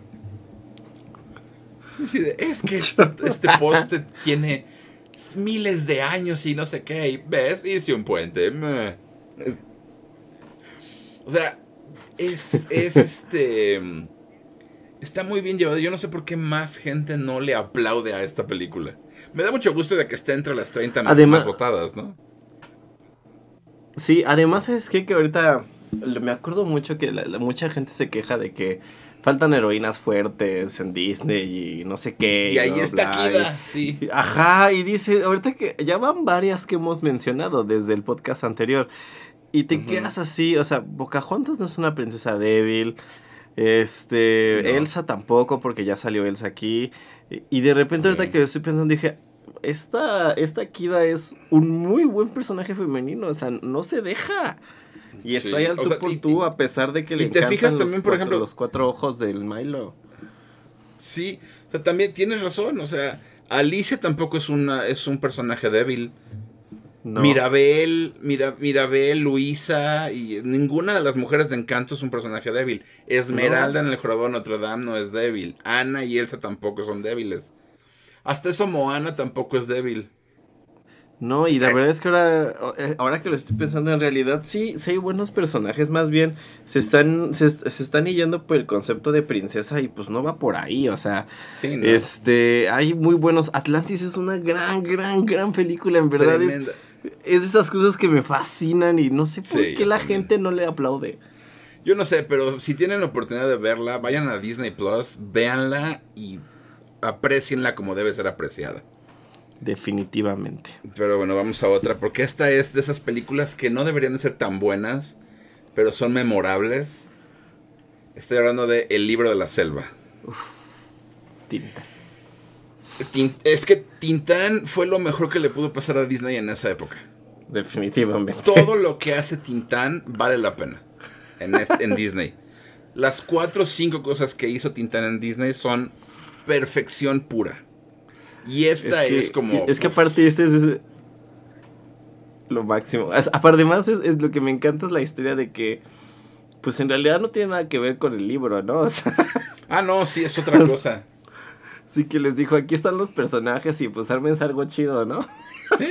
A: Es que este, este poste tiene miles de años y no sé qué, y ves, hice un puente. O sea, es, es este... Está muy bien llevado. Yo no sé por qué más gente no le aplaude a esta película. Me da mucho gusto de que esté entre las treinta además, más votadas, ¿no?
B: Sí, además es que, que ahorita me acuerdo mucho que la, la, mucha gente se queja de que faltan heroínas fuertes en Disney y no sé qué.
A: Y ahí ¿no? está Kida, sí.
B: Ajá, y dice, ahorita que ya van varias que hemos mencionado desde el podcast anterior. Y te uh-huh. quedas así, o sea, Pocahontas no es una princesa débil. Este, no. Elsa tampoco, porque ya salió Elsa aquí. Y de repente, sí. ahorita que estoy pensando, dije, esta, esta Kida es un muy buen personaje femenino, o sea, no se deja. Y sí. está ahí al tú o sea, por y, tú, a pesar de que le encantan
A: te fijas
B: los,
A: también, por
B: cuatro,
A: ejemplo,
B: los cuatro ojos del Milo.
A: Sí, o sea, también tienes razón, o sea, Alicia tampoco es, una, es un personaje débil. No. Mirabel, Mira, Mirabel, Luisa y ninguna de las mujeres de Encanto es un personaje débil. Esmeralda no. en el jorobado de Notre Dame no es débil. Anna y Elsa tampoco son débiles. Hasta eso Moana tampoco es débil.
B: No, y la es... verdad es que ahora, ahora que lo estoy pensando, en realidad sí, sí hay buenos personajes, más bien se están, se, se están yendo por el concepto de princesa y pues no va por ahí, o sea, sí, ¿no? este, hay muy buenos. Atlantis es una gran, gran, gran película, en verdad. Tremenda. Es, es de esas cosas que me fascinan y no sé por sí, qué la también. gente no le aplaude.
A: Yo no sé, pero si tienen la oportunidad de verla, vayan a Disney Plus, véanla y aprecienla como debe ser apreciada.
B: Definitivamente.
A: Pero bueno, vamos a otra, porque esta es de esas películas que no deberían de ser tan buenas, pero son memorables. Estoy hablando de El libro de la selva. Uf,
B: Tintán.
A: Tint- es que Tintán fue lo mejor que le pudo pasar a Disney en esa época.
B: Definitivamente.
A: Todo lo que hace Tintán vale la pena en, este, en Disney. Las cuatro o cinco cosas que hizo Tintán en Disney son perfección pura. Y esta es, que, es como...
B: Es que aparte este es, es lo máximo. Aparte más es, es lo que me encanta es la historia de que pues en realidad no tiene nada que ver con el libro, ¿no? O sea,
A: ah, no, sí, es otra cosa.
B: Sí, que les dijo, aquí están los personajes y pues ármense algo chido, ¿no?
A: Sí,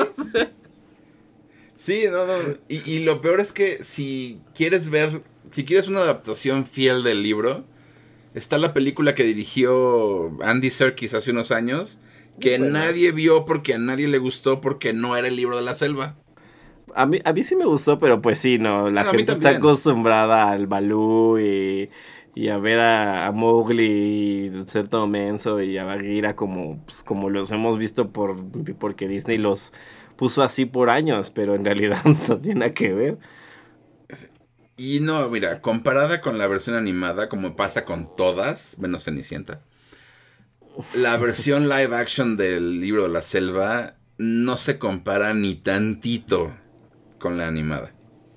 A: sí no, no. Y, y lo peor es que si quieres ver, si quieres una adaptación fiel del libro, está la película que dirigió Andy Serkis hace unos años, que bueno. nadie vio porque a nadie le gustó porque no era el libro de la selva.
B: A mí, a mí sí me gustó, pero pues sí, no, la no, gente está acostumbrada al Balú y, y a ver a, a Mowgli y ser todo menso y a Bagheera como, pues, como los hemos visto por porque Disney los puso así por años, pero en realidad no tiene nada que ver.
A: Y no, mira, comparada con la versión animada, como pasa con todas, menos Cenicienta, la versión live action del libro de la selva no se compara ni tantito con la animada.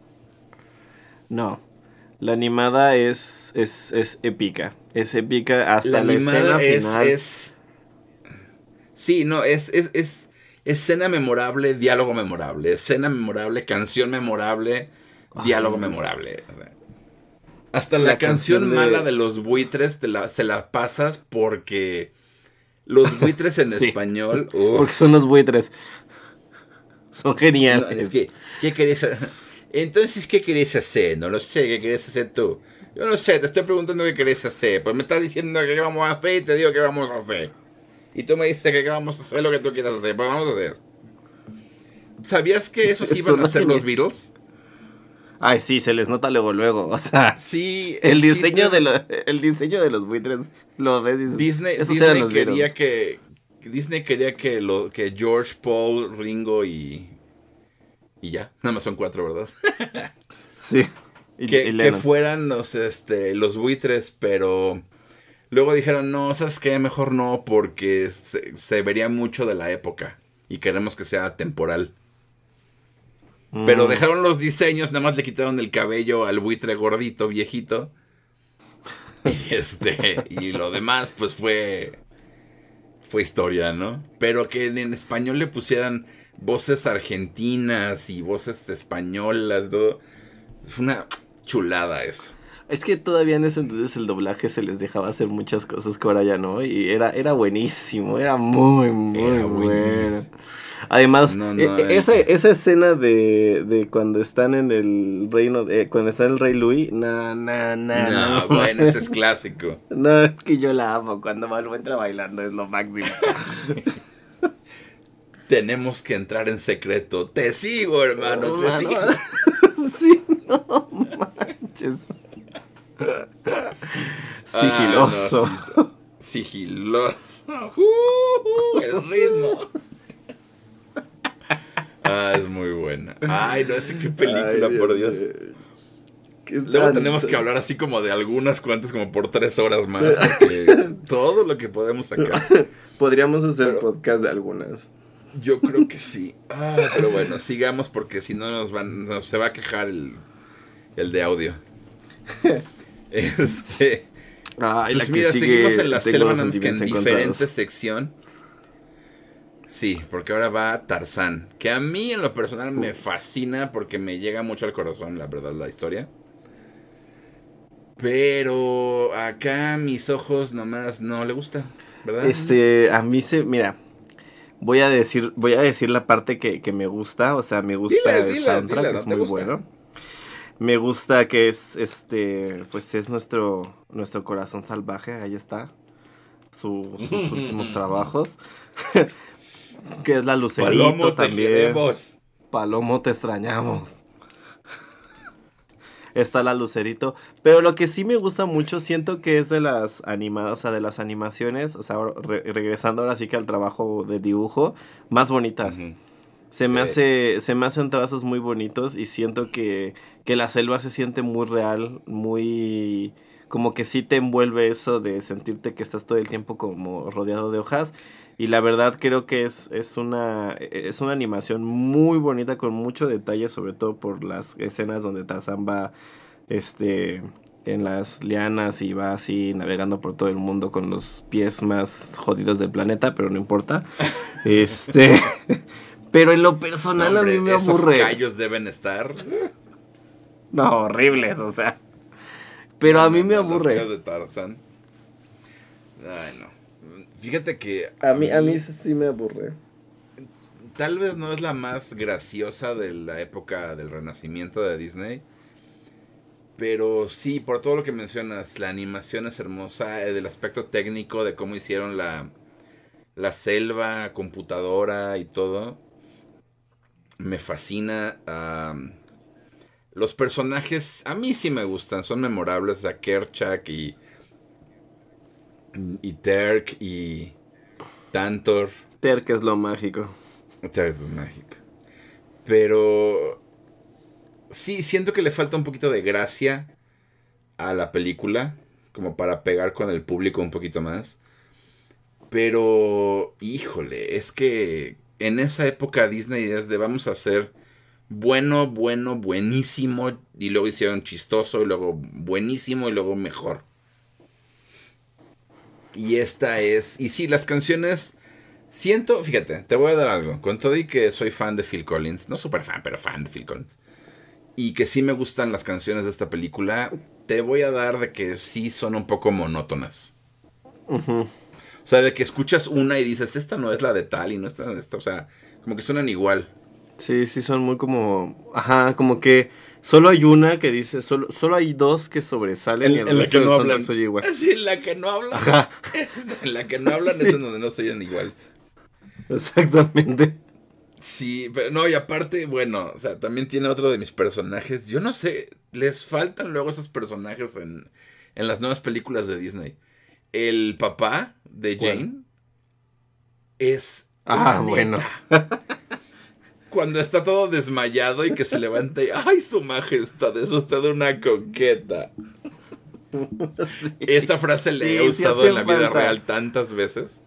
B: No, la animada es, es, es épica, es épica hasta la,
A: la
B: escena
A: es,
B: final.
A: Es, sí, no, es, es, es escena memorable, diálogo memorable, escena memorable, canción memorable, diálogo Ay, memorable. O sea, hasta la, la canción, canción de... mala de los buitres te la, se la pasas porque Los buitres en
B: Sí.
A: español.
B: Porque
A: Uf.
B: son los buitres. Son geniales.
A: No, es que, ¿qué querés hacer? Entonces, ¿qué querés hacer? No lo sé, ¿qué querés hacer tú? Yo no sé, te estoy preguntando qué querés hacer. Pues me estás diciendo que qué vamos a hacer y te digo qué vamos a hacer. Y tú me dices que qué vamos a hacer lo que tú quieras hacer. Pues vamos a hacer. ¿Sabías que esos iban
B: Son
A: a ser los
B: geniales.
A: Beatles?
B: Ay, sí, se les nota luego, luego. O sea,
A: Sí,
B: el
A: el
B: diseño
A: chiste
B: de lo- el diseño de los buitres lo ves y dices,
A: Disney,
B: esos eran
A: Disney
B: los
A: quería
B: Beatles.
A: que Disney quería que lo que George, Paul, Ringo y y ya, nada más son cuatro, ¿verdad?
B: Sí. Y, y
A: Que, que
B: Lennon.
A: fueran los este los buitres, pero luego dijeron, "No, ¿sabes qué? Mejor no porque se, se vería mucho de la época y queremos que sea temporal." Pero
B: Mm.
A: dejaron los diseños, nada más le quitaron el cabello al buitre gordito, viejito. Y este y lo demás pues fue fue historia, ¿no? Pero que en español le pusieran voces argentinas y voces españolas, todo. Fue una chulada eso.
B: Es que todavía en ese entonces el doblaje se les dejaba hacer muchas cosas que ahora ya no. Y era, era buenísimo, era muy, muy
A: Era
B: bueno.
A: buenísimo.
B: Además,
A: No,
B: e-
A: no,
B: e-
A: el-
B: esa, esa escena de, de cuando están en el reino, de, cuando está el rey Louis, no, no, no, no.
A: no, bueno, ese es clásico.
B: No, es que yo la amo. Cuando Malvo entra bailando es lo máximo.
A: Tenemos que entrar en secreto. Te sigo, hermano, te
B: Mano,
A: sigo.
B: sí, no manches. Sigiloso.
A: Ah, no, sí, sigiloso. Uh, uh, el ritmo. Ah, es muy buena. Ay, no sé qué película,
B: Ay,
A: por Dios.
B: mío. ¿Qué es
A: Luego
B: tan-
A: tenemos que hablar así como de algunas cuantas, como por tres horas más. Porque todo lo que podemos sacar.
B: Podríamos hacer
A: Pero-
B: podcast de algunas.
A: Yo creo que sí. Ah, pero bueno, sigamos porque si no nos van, nos, se va a quejar el, el de audio. Este.
B: Ay,
A: Pues mira, seguimos en la
B: tengo
A: selva, nada más que en
B: sentimientos
A: diferente
B: encontrados.
A: sección. Sí, porque ahora va Tarzán. Que a mí en lo personal me fascina porque me llega mucho al corazón, la verdad, la historia. Pero acá mis ojos nomás no le gusta, ¿verdad?
B: Este, a mí se, mira, voy a decir, voy a decir la parte que, que me gusta, o sea, me gusta
A: Dile,
B: el
A: dile,
B: soundtrack,
A: dile, ¿no
B: es
A: te
B: muy
A: gusta?
B: bueno. Me gusta que es, este, pues es nuestro, nuestro corazón salvaje, ahí está, su- sus últimos trabajos, que es la Lucerito
A: Palomo, te
B: también.
A: queremos.
B: Palomo, te extrañamos. Está la Lucerito. Pero lo que sí me gusta mucho, siento que es de las animadas, o sea, de las animaciones, o sea, ahora- re- regresando ahora sí que al trabajo de dibujo, más bonitas.
A: Ujú.
B: Se me
A: Sí.
B: hace, se me hacen trazos muy bonitos y siento que, que la selva se siente muy real, muy, como que sí te envuelve eso de sentirte que estás todo el tiempo como rodeado de hojas. Y la verdad creo que es, es una, es una animación muy bonita con mucho detalle, sobre todo por las escenas donde Tarzán va, este, en las lianas y va así navegando por todo el mundo con los pies más jodidos del planeta, pero no importa. Este, pero en lo
A: No,
B: personal
A: hombre,
B: a mí me
A: esos
B: aburre.
A: callos deben estar.
B: No, horribles, o sea. Pero a mí me
A: No, no, los
B: aburre.
A: callos de Tarzán. Ay, no. Fíjate que
B: A mí, a mí sí sí me aburre.
A: tal vez no es la más graciosa de la época del Renacimiento de Disney. Pero sí, por todo lo que mencionas, la animación es hermosa, eh, del aspecto técnico de cómo hicieron la, la selva, computadora y todo. Me fascina. am, los personajes, a mí sí me gustan, son memorables. A Kerchak y, y Terk y Tantor.
B: Terk es lo mágico.
A: Terk es mágico. Pero sí, siento que le falta un poquito de gracia a la película, como para pegar con el público un poquito más. Pero, híjole, es que en esa época Disney es de vamos a hacer bueno, bueno, buenísimo, y luego hicieron chistoso, y luego buenísimo, y luego mejor. Y esta es, y sí, las canciones, siento, fíjate, te voy a dar algo, con todo y que soy fan de Phil Collins, no súper fan, pero fan de Phil Collins, y que sí me gustan las canciones de esta película, te voy a dar de que sí son un poco monótonas.
B: Ujú.
A: O sea, de que escuchas una y dices, esta no es la de tal y no esta, esta, o sea, como que suenan igual.
B: Sí, sí, son muy como... Ajá, como que solo hay una que dice... Solo, solo hay dos que sobresalen
A: En,
B: y el
A: en la
B: resto
A: que no
B: del
A: hablan.
B: soundtrack se oye igual.
A: Sí, en la que no hablan.
B: Ajá.
A: En la que no hablan
B: Sí.
A: es en donde no se oyen iguales.
B: Exactamente.
A: Sí, pero no, y aparte, bueno, o sea, también tiene otro de mis personajes. Yo no sé, les faltan luego esos personajes en, en las nuevas películas de Disney. El papá de
B: ¿Cuál?
A: Jane es
B: Ah,
A: la
B: bueno.
A: neta. Cuando está todo desmayado y que se levanta y ¡ay, su majestad! Es usted una coqueta.
B: Sí.
A: Esta frase la he
B: Sí, sí
A: usado en la
B: hacen
A: vida
B: falta.
A: real tantas veces.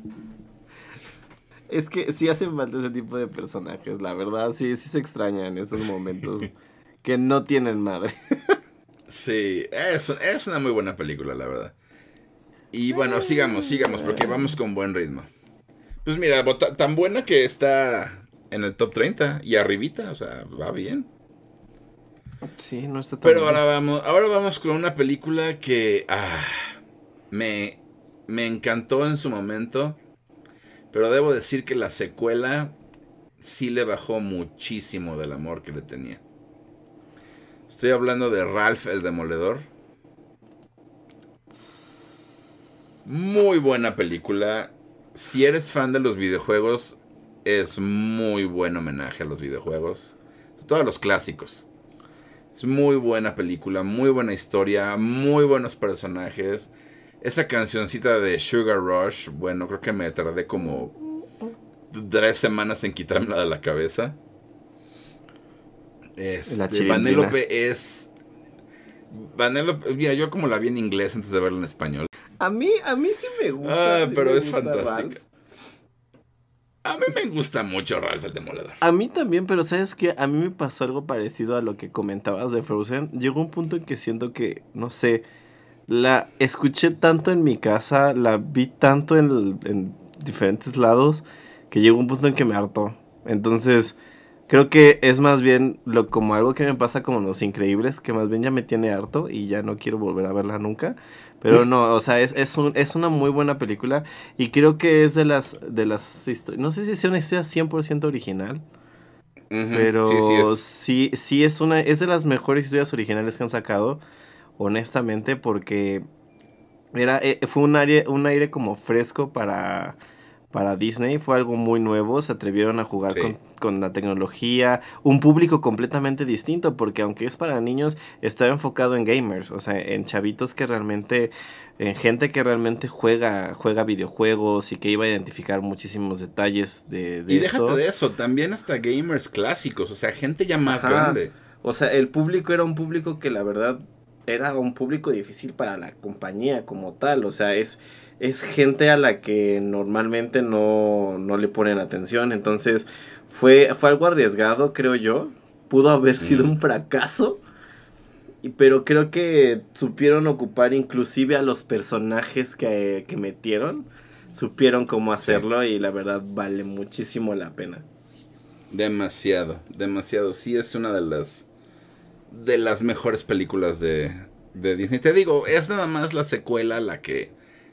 B: Es que sí hacen falta ese tipo de personajes, la verdad. Sí, sí se extrañan esos momentos que no tienen madre.
A: Sí, es, es una muy buena película, la verdad. Y bueno, sigamos, sigamos, porque vamos con buen ritmo. Pues mira, bota- tan buena que está en el top treinta y arribita, o sea, va bien.
B: Sí, no está tan
A: Pero
B: mal.
A: ahora vamos, ahora vamos con una película que ah, me, me encantó en su momento, pero debo decir que la secuela sí le bajó muchísimo del amor que le tenía. Estoy hablando de Ralph el Demoledor. Muy buena película. Si eres fan de los videojuegos, es muy buen homenaje a los videojuegos. Todos los clásicos. Es muy buena película, muy buena historia, muy buenos personajes. Esa cancioncita de Sugar Rush, bueno, creo que me tardé como tres semanas en quitármela de la cabeza.
B: La
A: Este,
B: chilindrina.
A: Vanellope es... Vanellope, mira, yo como la vi en inglés antes de verla en español.
B: A mí, a mí sí me gusta.
A: Ah,
B: sí
A: pero
B: me
A: es
B: gusta
A: fantástica.
B: Ralph.
A: A mí me gusta mucho Ralph el Demoledor.
B: A mí también, pero ¿sabes qué? A mí me pasó algo parecido a lo que comentabas de Frozen. Llegó un punto en que siento que, no sé, la escuché tanto en mi casa, la vi tanto en, en diferentes lados, que llegó un punto en que me hartó. Entonces, creo que es más bien lo, como algo que me pasa con Los Increíbles, que más bien ya me tiene harto y ya no quiero volver a verla nunca. Pero no, o sea, es, es, un, es una muy buena película y creo que es de las, de las historias, no sé si sea una historia cien por ciento original,
A: Ujú, sí, sí
B: pero
A: es.
B: sí, sí es una, es de las mejores historias originales que han sacado, honestamente, porque era, eh, fue un aire, un aire como fresco para, para Disney, fue algo muy nuevo, se atrevieron a jugar con,
A: Sí.
B: con la tecnología, un público completamente distinto, porque aunque es para niños, estaba enfocado en gamers, o sea, en chavitos que realmente, en gente que realmente juega, juega videojuegos y que iba a identificar muchísimos detalles de, de
A: Y déjate
B: esto.
A: de eso, también hasta gamers clásicos, o sea, gente ya más
B: Ajá.
A: grande.
B: O sea, el público era un público que la verdad era un público difícil para la compañía como tal. O sea, es, es gente a la que normalmente no, no le ponen atención. Entonces, fue, fue algo arriesgado, creo yo. Pudo haber sido
A: Mm,
B: un fracaso. y- Pero creo que supieron ocupar inclusive a los personajes que, que metieron. Supieron cómo
A: sí,
B: hacerlo y la verdad vale muchísimo la pena.
A: demasiado, demasiado. Sí es una de las de las mejores películas de, de Disney. Te digo, es nada más la secuela la que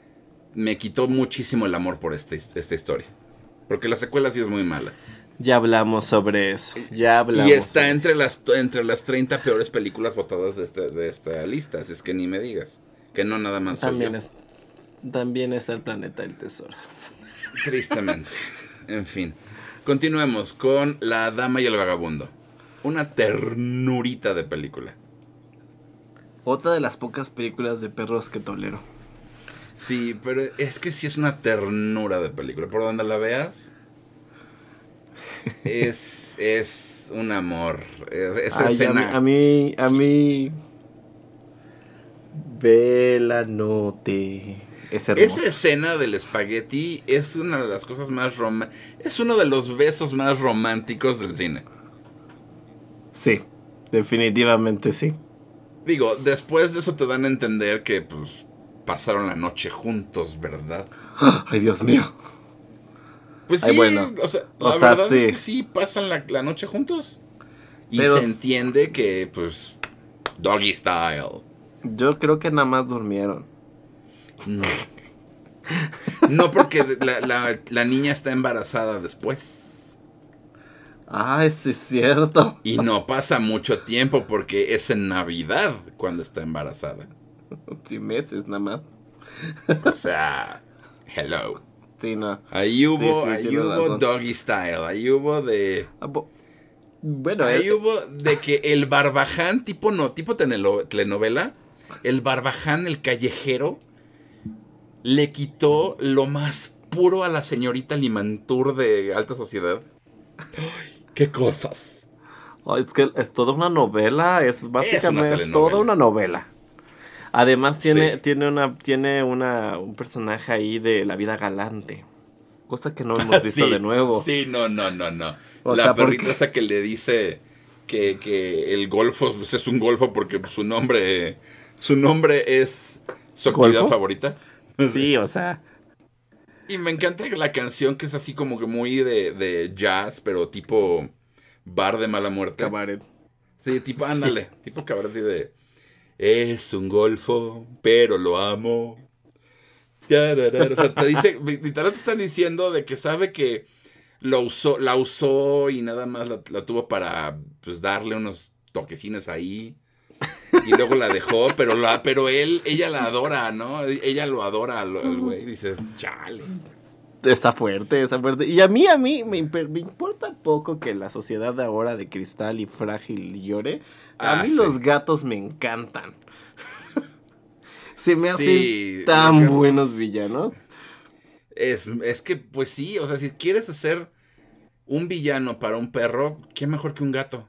A: me quitó muchísimo el amor por esta, esta historia. Porque la secuela sí es muy mala.
B: Ya hablamos sobre eso. Ya hablamos.
A: Y está
B: sobre
A: entre
B: eso.
A: las, entre las treinta peores películas votadas de, este, de esta lista. Así es que ni me digas. Que no nada más soy
B: También,
A: yo.
B: es, también está el planeta del tesoro.
A: Tristemente. En fin. Continuemos con La Dama y el Vagabundo. Una ternurita de película.
B: Otra de las pocas películas de perros que tolero.
A: Sí, pero es que sí es una ternura de película. Por donde la veas, es, es un amor. Es- Esa
B: Ay, a mí,
A: escena.
B: a mí, a mí, Vela Note. Es hermosa.
A: Esa escena del espagueti es una de las cosas más rom es uno de los besos más románticos del cine.
B: Sí, definitivamente sí.
A: Digo, después de eso te dan a entender que pues pasaron la noche juntos, ¿verdad?
B: Ay, Dios mío.
A: Pues
B: Ay,
A: sí,
B: bueno.
A: o sea,
B: O
A: la
B: sea,
A: verdad es
B: sí.
A: que sí pasan la, la noche juntos. Y
B: Pero-
A: se entiende que pues doggy style.
B: Yo creo que nada más durmieron.
A: No. No porque la, la, la niña está embarazada después.
B: Ah, sí es cierto.
A: Y no pasa mucho tiempo porque es en Navidad cuando está embarazada.
B: Sí, meses nada más.
A: O sea, hello.
B: Sí, no.
A: Ahí hubo,
B: Sí, sí,
A: ahí
B: tienes
A: hubo
B: razón.
A: doggy style, ahí hubo de...
B: Ah, bo- Bueno,
A: Ahí
B: eh,
A: hubo de que el Barbaján, tipo no, tipo tenelo- telenovela, el Barbaján, el callejero, le quitó lo más puro a la señorita Limantur de alta sociedad. ¡Qué cosas!
B: oh, es que es toda una novela, es
A: Es una
B: básicamente es toda
A: telenovela.
B: una novela. Además tiene,
A: Sí.
B: tiene una, tiene una, un personaje ahí de la vida galante. Cosa que no hemos visto de
A: Sí,
B: nuevo.
A: sí, no, no, no, no.
B: O
A: La
B: sea, porque
A: perrita esa que le dice que, que el golfo pues, es un golfo porque su nombre, su nombre es su actividad
B: ¿Golfo?
A: favorita. Sí.
B: Sí, o sea,
A: Y me encanta la canción que es así como que muy de, de jazz, pero tipo bar de mala muerte.
B: cabaret.
A: Sí, tipo,
B: Sí.
A: ándale, tipo cabaret así de... Es un golfo, pero lo amo. Tararara. O sea, te dice, literal te están diciendo de que sabe que lo usó, la usó y nada más la, la tuvo para pues darle unos toquecines ahí. Y luego la dejó, pero la, pero él, ella la adora, ¿no? Ella lo adora al, al güey. Dices, chale.
B: Está fuerte, está fuerte. Y a mí, a mí me, imper- me importa poco que la sociedad de ahora de cristal y frágil llore. A
A: Ah,
B: mí
A: sí.
B: los gatos me encantan. Se me hacen
A: Sí, los
B: tan
A: gatos-
B: buenos villanos.
A: Es, es que, pues sí, o sea, si quieres hacer un villano para un perro, qué mejor que un gato.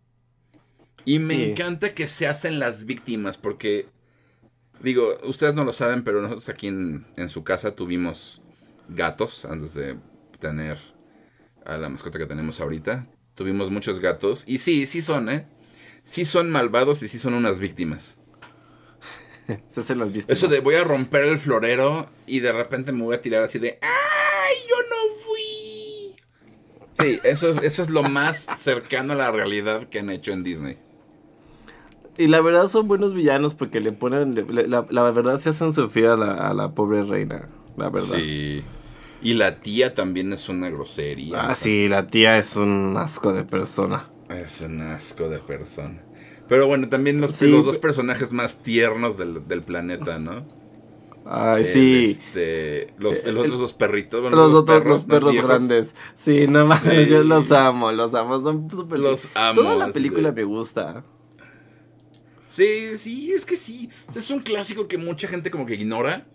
A: Y me
B: Sí.
A: encanta que se hacen las víctimas, porque, digo, ustedes no lo saben, pero nosotros aquí en, en su casa tuvimos gatos antes de tener a la mascota que tenemos ahorita. Tuvimos muchos gatos. Y sí, sí son, ¿eh? Sí son malvados y sí son unas víctimas.
B: Se hacen las víctimas.
A: Eso de voy a romper el florero y de repente me voy a tirar así de ¡ay, yo no fui! Sí, eso, es- eso es lo más cercano a la realidad que han hecho en Disney.
B: Y la verdad son buenos villanos porque le ponen, le- le- la, la verdad se hacen sufrir a la, a la pobre reina, la verdad.
A: Sí. Y la tía también es una grosería.
B: Ah, sí, la tía es un asco de persona.
A: Es un asco de persona. Pero bueno, también los,
B: Sí,
A: los dos
B: pe-
A: personajes más tiernos del, del planeta, ¿no?
B: Ay,
A: El,
B: sí.
A: Este, los,
B: Eh,
A: los otros dos perritos. Bueno,
B: Los
A: dos
B: otros,
A: perros
B: los
A: más
B: perros
A: viejos.
B: grandes. Sí, nada más,
A: Sí.
B: yo los amo, los amo, son súper
A: Los amo,
B: Toda la
A: así
B: película
A: de-
B: me gusta.
A: Sí, sí, es que sí. O sea, es un clásico que mucha gente como que ignora.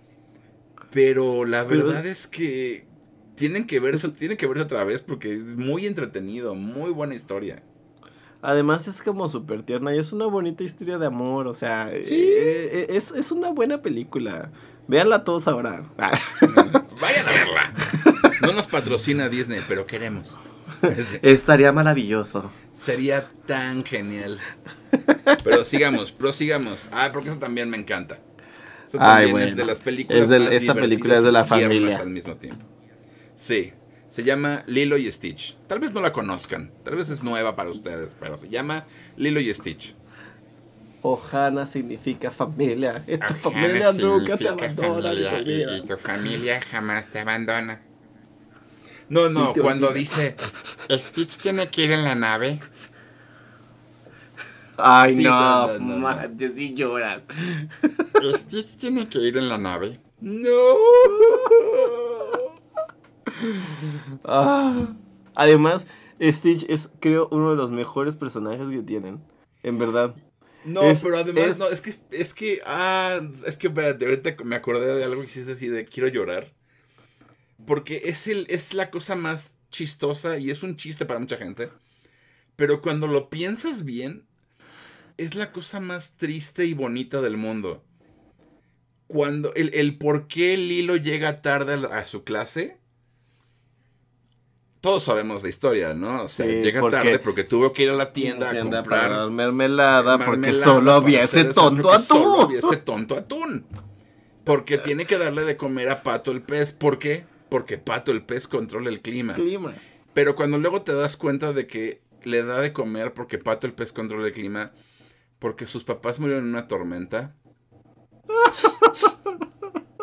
A: Pero la
B: Pero-
A: verdad es que tienen que verse, tienen que verse otra vez porque es muy entretenido, muy buena historia.
B: Además es como súper tierna y es una bonita historia de amor, o sea,
A: Sí.
B: eh, eh, es, es una buena película. Véanla todos ahora.
A: Vayan a verla. No nos patrocina Disney, pero queremos.
B: Estaría maravilloso.
A: Sería tan genial. Pero sigamos, prosigamos. Ah, porque eso también me encanta. Eso
B: Ay,
A: también
B: bueno.
A: es de las películas
B: Es del-
A: más
B: esta película
A: divertidas
B: es de
A: y
B: la
A: tiernas
B: familia.
A: al mismo tiempo. Sí. Se llama Lilo y Stitch. Tal vez no la conozcan. Tal vez es nueva para ustedes, pero se llama Lilo y Stitch.
B: Ohana significa familia. Y tu familia nunca te abandona ni te olvida.
A: tu familia jamás te abandona. No, no,
B: Y te
A: cuando
B: olvida.
A: dice Stitch tiene que ir en la nave.
B: Ay,
A: Sí,
B: no,
A: no, no, no, no.
B: manches, sí lloras.
A: Stitch tiene que ir en la nave. No.
B: Ah. Además, Stitch es, creo, uno de los mejores personajes que tienen. En verdad.
A: No,
B: Es-
A: pero además,
B: es-
A: no, es que, es que, ah, es que, espérate, ahorita me acordé de algo que hiciste así de quiero llorar. Porque es, el, es la cosa más chistosa y es un chiste para mucha gente. Pero cuando lo piensas bien, es la cosa más triste y bonita del mundo. Cuando, el, el por qué Lilo llega tarde a, la- a su clase. Todos sabemos la historia, ¿no? O sea,
B: Sí,
A: llega
B: porque-
A: tarde porque tuvo que ir a la tienda,
B: Tienda
A: a comprar
B: para mermelada, porque
A: mermelada
B: solo
A: para
B: había
A: hacer
B: ese
A: eso,
B: tonto
A: porque Solo
B: atún.
A: había ese tonto atún. Porque tiene que darle de comer a Pato el pez. ¿Por qué? Porque Pato el pez controla el clima.
B: Clima.
A: Pero cuando luego te das cuenta de que le da de comer porque Pato el pez controla el clima, porque sus papás murieron en una tormenta.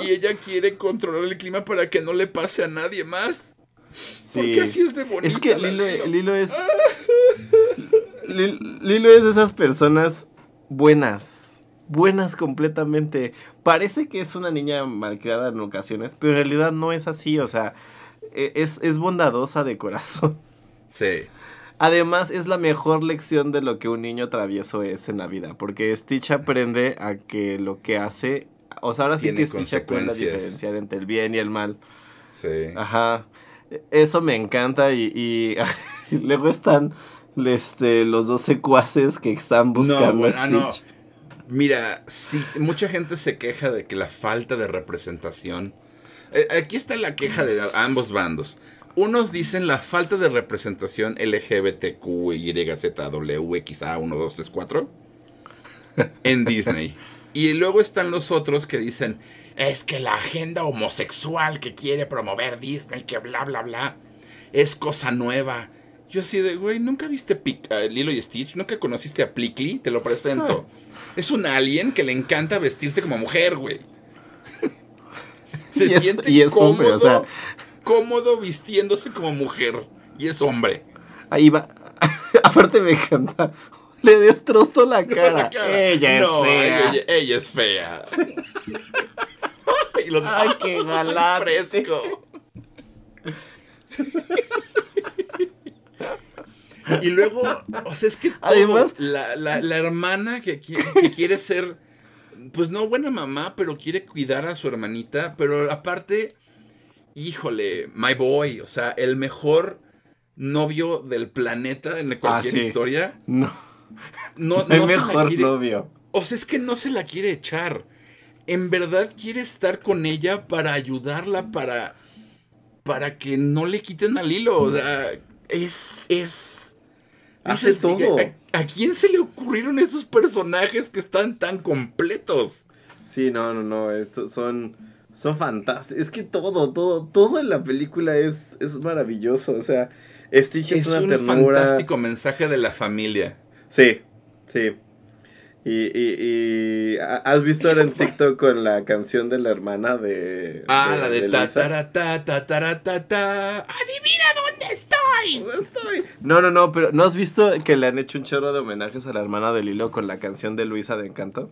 A: y ella quiere controlar el clima para que no le pase a nadie más.
B: Sí.
A: Porque así es de bonita.
B: Es que
A: la
B: Lilo,
A: Lilo.
B: Lilo es... Lilo, Lilo es de esas personas buenas. Buenas completamente. Parece que es una niña malcriada en ocasiones, pero en realidad no es así. O sea, es, es bondadosa de corazón.
A: Sí.
B: Además, es la mejor lección de lo que un niño travieso es en la vida. Porque Stitch aprende a que lo que hace... O sea, ahora sí
A: Tiene
B: que Stitch aprende a
A: consecuencias.
B: diferenciar entre el bien y el mal.
A: Sí.
B: Ajá. Eso me encanta y, y, y luego están este, los dos secuaces que están buscando
A: No, bueno,
B: a
A: ah,
B: Stitch.
A: no. Mira, sí, mucha gente se queja de que la falta de representación. Eh, aquí está la queja de ambos bandos. Unos dicen la falta de representación L G B T Q Y Z W X A uno dos tres cuatro en Disney. Y luego están los otros que dicen, es que la agenda homosexual que quiere promover Disney, que bla, bla, bla, es cosa nueva. Yo así de, güey, ¿nunca viste Pic- uh, Lilo y Stitch? ¿Nunca conociste a Plickly? Te lo presento. Es un alien que le encanta vestirse como mujer, güey. Se
B: Y es-
A: siente
B: y es
A: cómodo,
B: hombre, o sea.
A: cómodo vistiéndose como mujer. Y es hombre.
B: Ahí va. Aparte me encanta. Le destrozó la cara.
A: La cara.
B: Ella
A: No,
B: es fea.
A: Ella, ella es fea. Y los-
B: Ay, qué galán.
A: fresco. Y luego, o sea, es que todo,
B: Además-
A: la, la, la hermana que, qui- que quiere ser, pues no buena mamá, pero quiere cuidar a su hermanita, pero aparte, híjole, my boy, o sea, el mejor novio del planeta en cualquier
B: Ah, sí.
A: historia,
B: No.
A: no,
B: El
A: no se la
B: mejor
A: quiere,
B: novio.
A: o sea, es que no se la quiere echar. En verdad quiere estar con ella para ayudarla, para, para que no le quiten al hilo. O sea, es, es,
B: Hace
A: dices,
B: todo.
A: ¿A, a quién se le ocurrieron estos personajes que están tan completos?
B: Sí, no, no, no. Estos son, son fantásticos. Es que todo, todo, todo en la película es, es maravilloso. O sea, Stitch es,
A: Es
B: una
A: un
B: ternura.
A: fantástico mensaje de la familia.
B: Sí, sí. Y, y, y ¿has visto ahora en TikTok con la canción de la hermana de...
A: Ah, la de ta
B: Lisa?
A: ta ta ta ta ta ta. ¡Adivina dónde estoy!
B: ¿Dónde estoy? No, no, no, pero ¿no has visto que le han hecho un chorro de homenajes a la hermana de Lilo con la canción de Luisa de Encanto?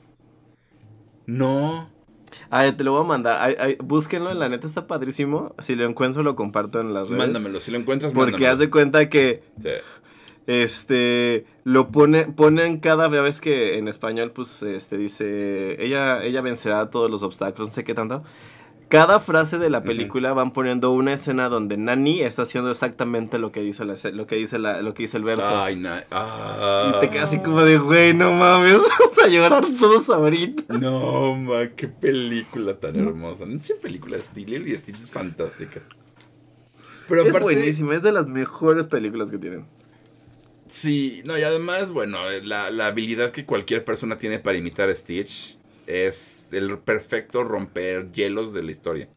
A: No.
B: Ay, te lo voy a mandar. Ay, ay, búsquenlo, la neta está padrísimo. Si lo encuentro, lo comparto en las redes.
A: Mándamelo, si lo encuentras,
B: Porque
A: mándamelo.
B: haz de cuenta que
A: Sí.
B: este lo pone, ponen cada vez que en español pues este dice ella, ella vencerá todos los obstáculos, no sé qué tanto. Cada frase de la película van poniendo una escena donde Nani está haciendo exactamente lo que dice la, esce- lo que dice la, lo que dice el verso.
A: Ay, na- ah.
B: Y te quedas así como de, güey, no mames, vamos a llorar todos ahorita.
A: No, ma, qué película tan hermosa. Mucha película de Lilo y Stitch es fantástica. Pero
B: Es
A: aparte,
B: buenísima, es de las mejores películas que tienen.
A: sí, no, y además, bueno, la, la habilidad que cualquier persona tiene para imitar a Stitch es el perfecto romper hielos de la historia.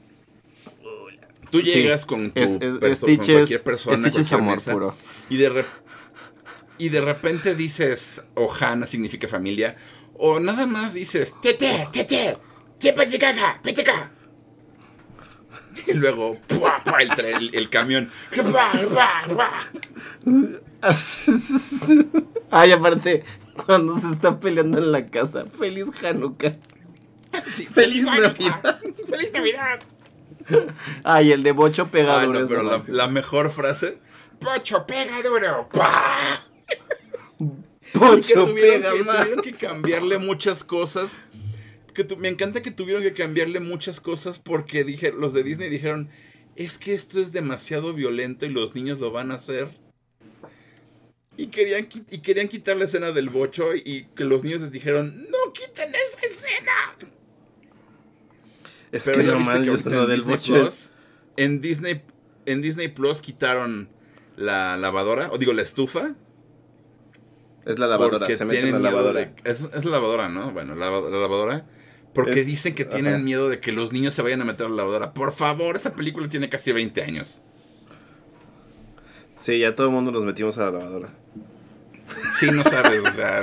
A: Tú llegas
B: Sí,
A: con, tu
B: es- es-
A: perso-
B: Stitch
A: con
B: es-
A: cualquier persona,
B: Stitch es
A: cualquier
B: amor
A: mesa,
B: puro.
A: y de rep- y de repente dices Ohana significa familia, o nada más dices tete, tete, chepa caca, peteca. Y luego ¡pua, pua! el, tra- el, el camión. ¡Pua, pua, pua!
B: Ay, aparte, cuando se está peleando en la casa. Feliz Hanukkah.
A: Sí,
B: Feliz
A: Navidad.
B: Navidad.
A: ¡Feliz Navidad!
B: Ay, el de Bocho pega
A: Ay,
B: duro
A: no,
B: es
A: pero
B: lo
A: la,
B: máximo.
A: la mejor frase. Pocho, pega duro. ¡Pah! Y que
B: Pocho
A: tuvieron,
B: pega
A: que,
B: más.
A: tuvieron que cambiarle muchas cosas. Que tu- me encanta que tuvieron que cambiarle muchas cosas porque dije, los de Disney dijeron, es que esto es demasiado violento y los niños lo van a hacer. Y querían, qui- y querían quitar la escena del bocho y que los niños les dijeron, no quiten esa escena.
B: Es
A: Pero
B: que
A: ya
B: no
A: viste que
B: manches,
A: ahorita
B: lo
A: en
B: del
A: Disney
B: Bocho.
A: Plus, en Disney, en Disney Plus quitaron la lavadora, o digo la estufa.
B: Es la lavadora,
A: Porque
B: se mete en
A: tienen
B: la
A: miedo
B: lavadora.
A: de... Es, es la lavadora, ¿no? Bueno, la, la lavadora. Porque
B: Es-
A: dicen que tienen
B: ajá.
A: miedo de que los niños se vayan a meter a la lavadora. Por favor, esa película tiene casi veinte años.
B: Sí, ya todo el mundo nos metimos a la lavadora.
A: Sí, no sabes, o sea, cuántos casos de niños se meten a la lavadora. Bueno, Alan.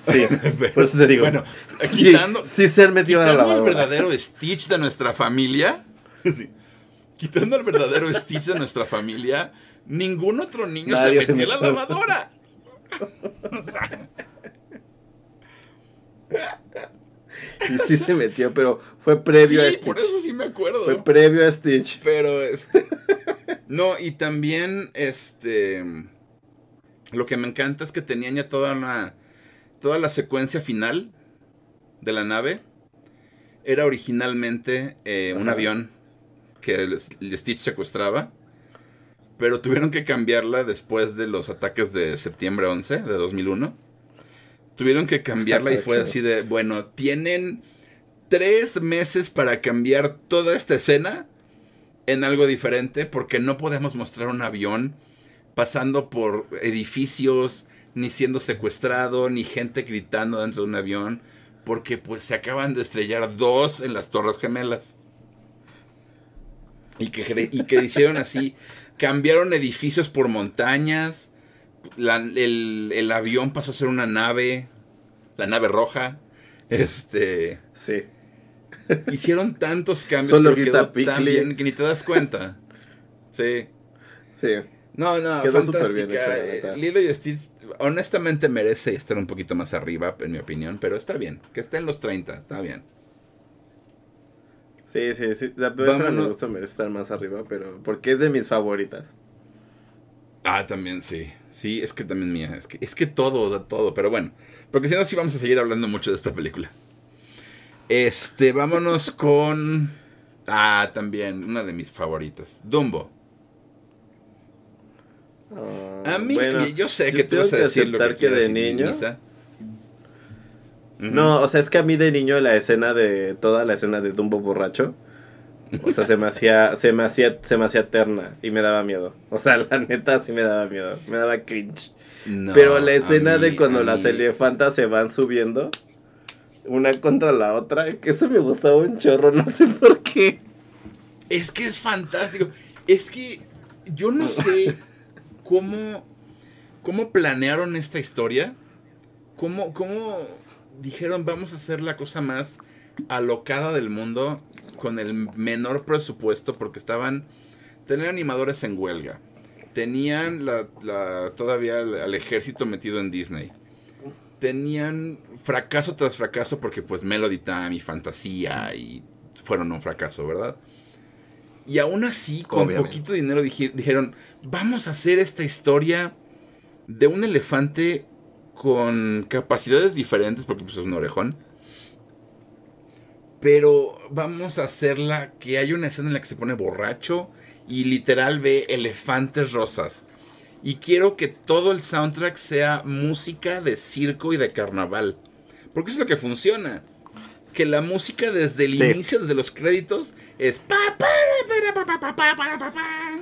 B: Sí,
A: Pero,
B: por eso te digo.
A: Bueno,
B: sí,
A: quitando,
B: sí se metió a la
A: quitando al
B: lavadora.
A: verdadero Stitch de nuestra familia, sí, quitando al verdadero Stitch de nuestra familia, ningún otro niño
B: Nadie
A: se
B: se
A: metió a la
B: metió.
A: lavadora. O sea,
B: Y sí se metió, pero fue previo
A: sí,
B: a Stitch.
A: por eso sí me acuerdo.
B: Fue previo a Stitch.
A: Pero este. No, y también este. Lo que me encanta es que tenían ya toda la. Toda la secuencia final de la nave. Era originalmente eh, un
B: Ajá.
A: avión que el, el Stitch secuestraba. Pero tuvieron que cambiarla después de los ataques de septiembre once de dos mil uno. Tuvieron que cambiarla y fue
B: Ok.
A: así de, bueno, tienen tres meses para cambiar toda esta escena en algo diferente porque no podemos mostrar un avión pasando por edificios, ni siendo secuestrado, ni gente gritando dentro de un avión, porque pues se acaban de estrellar dos en las Torres Gemelas. Y que, cre- y que hicieron así, cambiaron edificios por montañas, la- el, el avión pasó a ser una nave, la nave roja, este...
B: Sí.
A: Hicieron tantos cambios,
B: Solo
A: pero
B: grita
A: quedó tan
B: Piccoli.
A: bien que ni te das cuenta. Sí.
B: Sí.
A: No, no,
B: Quedó súper bien
A: fantástica.
B: hecho, la neta.
A: Eh, Lilo y Stitch, honestamente merece estar un poquito más arriba, en mi opinión, pero está bien. Que esté en los treinta, está bien.
B: Sí, sí, sí. La película me
A: Vámonos.
B: gusta, merece estar más arriba, pero porque es de mis favoritas.
A: Ah, también sí. Sí, es que también mía. Es que, es que todo, da todo, pero bueno. Porque si no, sí vamos a seguir hablando mucho de esta película. Este, vámonos con... Ah, también, una de mis favoritas. Dumbo.
B: Ah,
A: A mí,
B: bueno,
A: yo sé
B: yo
A: que tú
B: tengo
A: vas a
B: que
A: decir lo que
B: aceptar que
A: quieras
B: de
A: y
B: niño-
A: Misa. Ujú.
B: No, o sea, es que a mí de niño la escena de... Toda la escena de Dumbo borracho... O sea, se me hacía, se me hacía, se me hacía eterna y me daba miedo. O sea, la neta sí me daba miedo. Me daba cringe.
A: No,
B: Pero la
A: a
B: escena
A: mí-
B: de cuando
A: a
B: las
A: mí-
B: elefantas se van subiendo, una contra la otra, que eso me gustaba un chorro, no sé por qué.
A: Es que es fantástico. Es que yo no sé cómo, cómo planearon esta historia. Cómo, cómo dijeron vamos a hacer la cosa más alocada del mundo con el menor presupuesto porque estaban... Tenían animadores en huelga. Tenían la, la- todavía al, al ejército metido en Disney. Tenían fracaso tras fracaso porque pues Melody Time y Fantasía y fueron un fracaso, ¿verdad? Y aún así, con
B: Obviamente.
A: poquito dinero dije- dijeron, vamos a hacer esta historia de un elefante con capacidades diferentes porque pues es un orejón. Pero vamos a hacerla que hay una escena en la que se pone borracho y literal ve elefantes rosas. Y quiero que todo el soundtrack sea música de circo y de carnaval. Porque eso es lo que funciona. Que la música desde el
B: Sí.
A: inicio, desde los créditos, es... pa, pa, para, pa, pa, pa, pa, pa, pa, pa.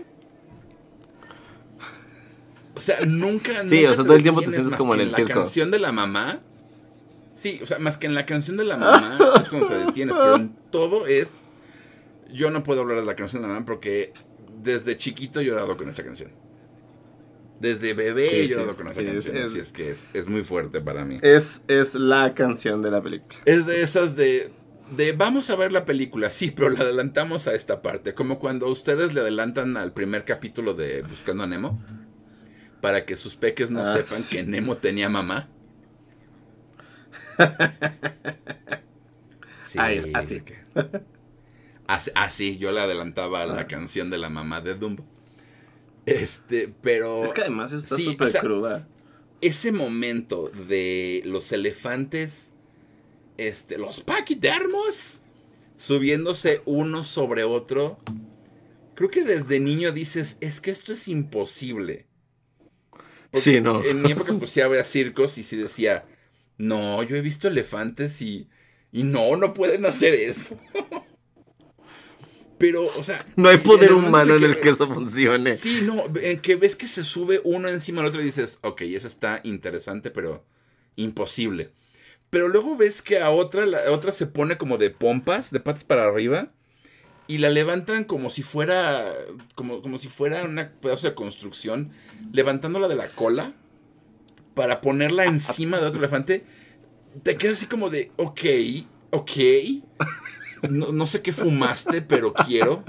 A: O sea, nunca...
B: Sí,
A: nunca
B: o sea, todo el tiempo te
A: detienes
B: sientes
A: más
B: como
A: que
B: en el
A: la
B: circo.
A: canción de la mamá. Sí, o sea, más que en la canción de la mamá es cuando te detienes, pero en todo es... Yo no puedo hablar de la canción de la mamá porque desde chiquito he llorado con esa canción. Desde bebé
B: Sí,
A: he
B: sí,
A: llorado con esa
B: sí,
A: canción,
B: es-
A: así es que es, es muy fuerte para mí.
B: Es, es la canción de la película.
A: Es de esas de, de vamos a ver la película, sí, pero la adelantamos a esta parte. Como cuando ustedes le adelantan al primer capítulo de Buscando a Nemo, para que sus peques no
B: Ah,
A: sepan
B: sí.
A: que Nemo tenía mamá. Sí,
B: Ay, así.
A: porque- Así, así, yo le adelantaba la canción de la mamá de Dumbo. Este, pero...
B: Es que además está
A: sí,
B: súper
A: o sea,
B: cruda.
A: ese momento de los elefantes, este, los paquidermos, subiéndose uno sobre otro, creo que desde niño dices, es que esto es imposible. Porque
B: Sí, no.
A: en mi época pues ya había circos y sí decía, no, yo he visto elefantes y, y no, no pueden hacer eso. Pero, o sea...
B: No hay
A: y en
B: poder
A: el momento
B: humano en
A: de
B: el que eso funcione.
A: Sí, no, en que ves que se sube uno encima del otro y dices, ok, eso está interesante, pero imposible. Pero luego ves que a otra, la otra se pone como de pompas, de patas para arriba, y la levantan como si fuera, como, como si fuera un pedazo de construcción, levantándola de la cola para ponerla encima de otro elefante. te quedas así como de, ok, ok. No, no sé qué fumaste, pero quiero.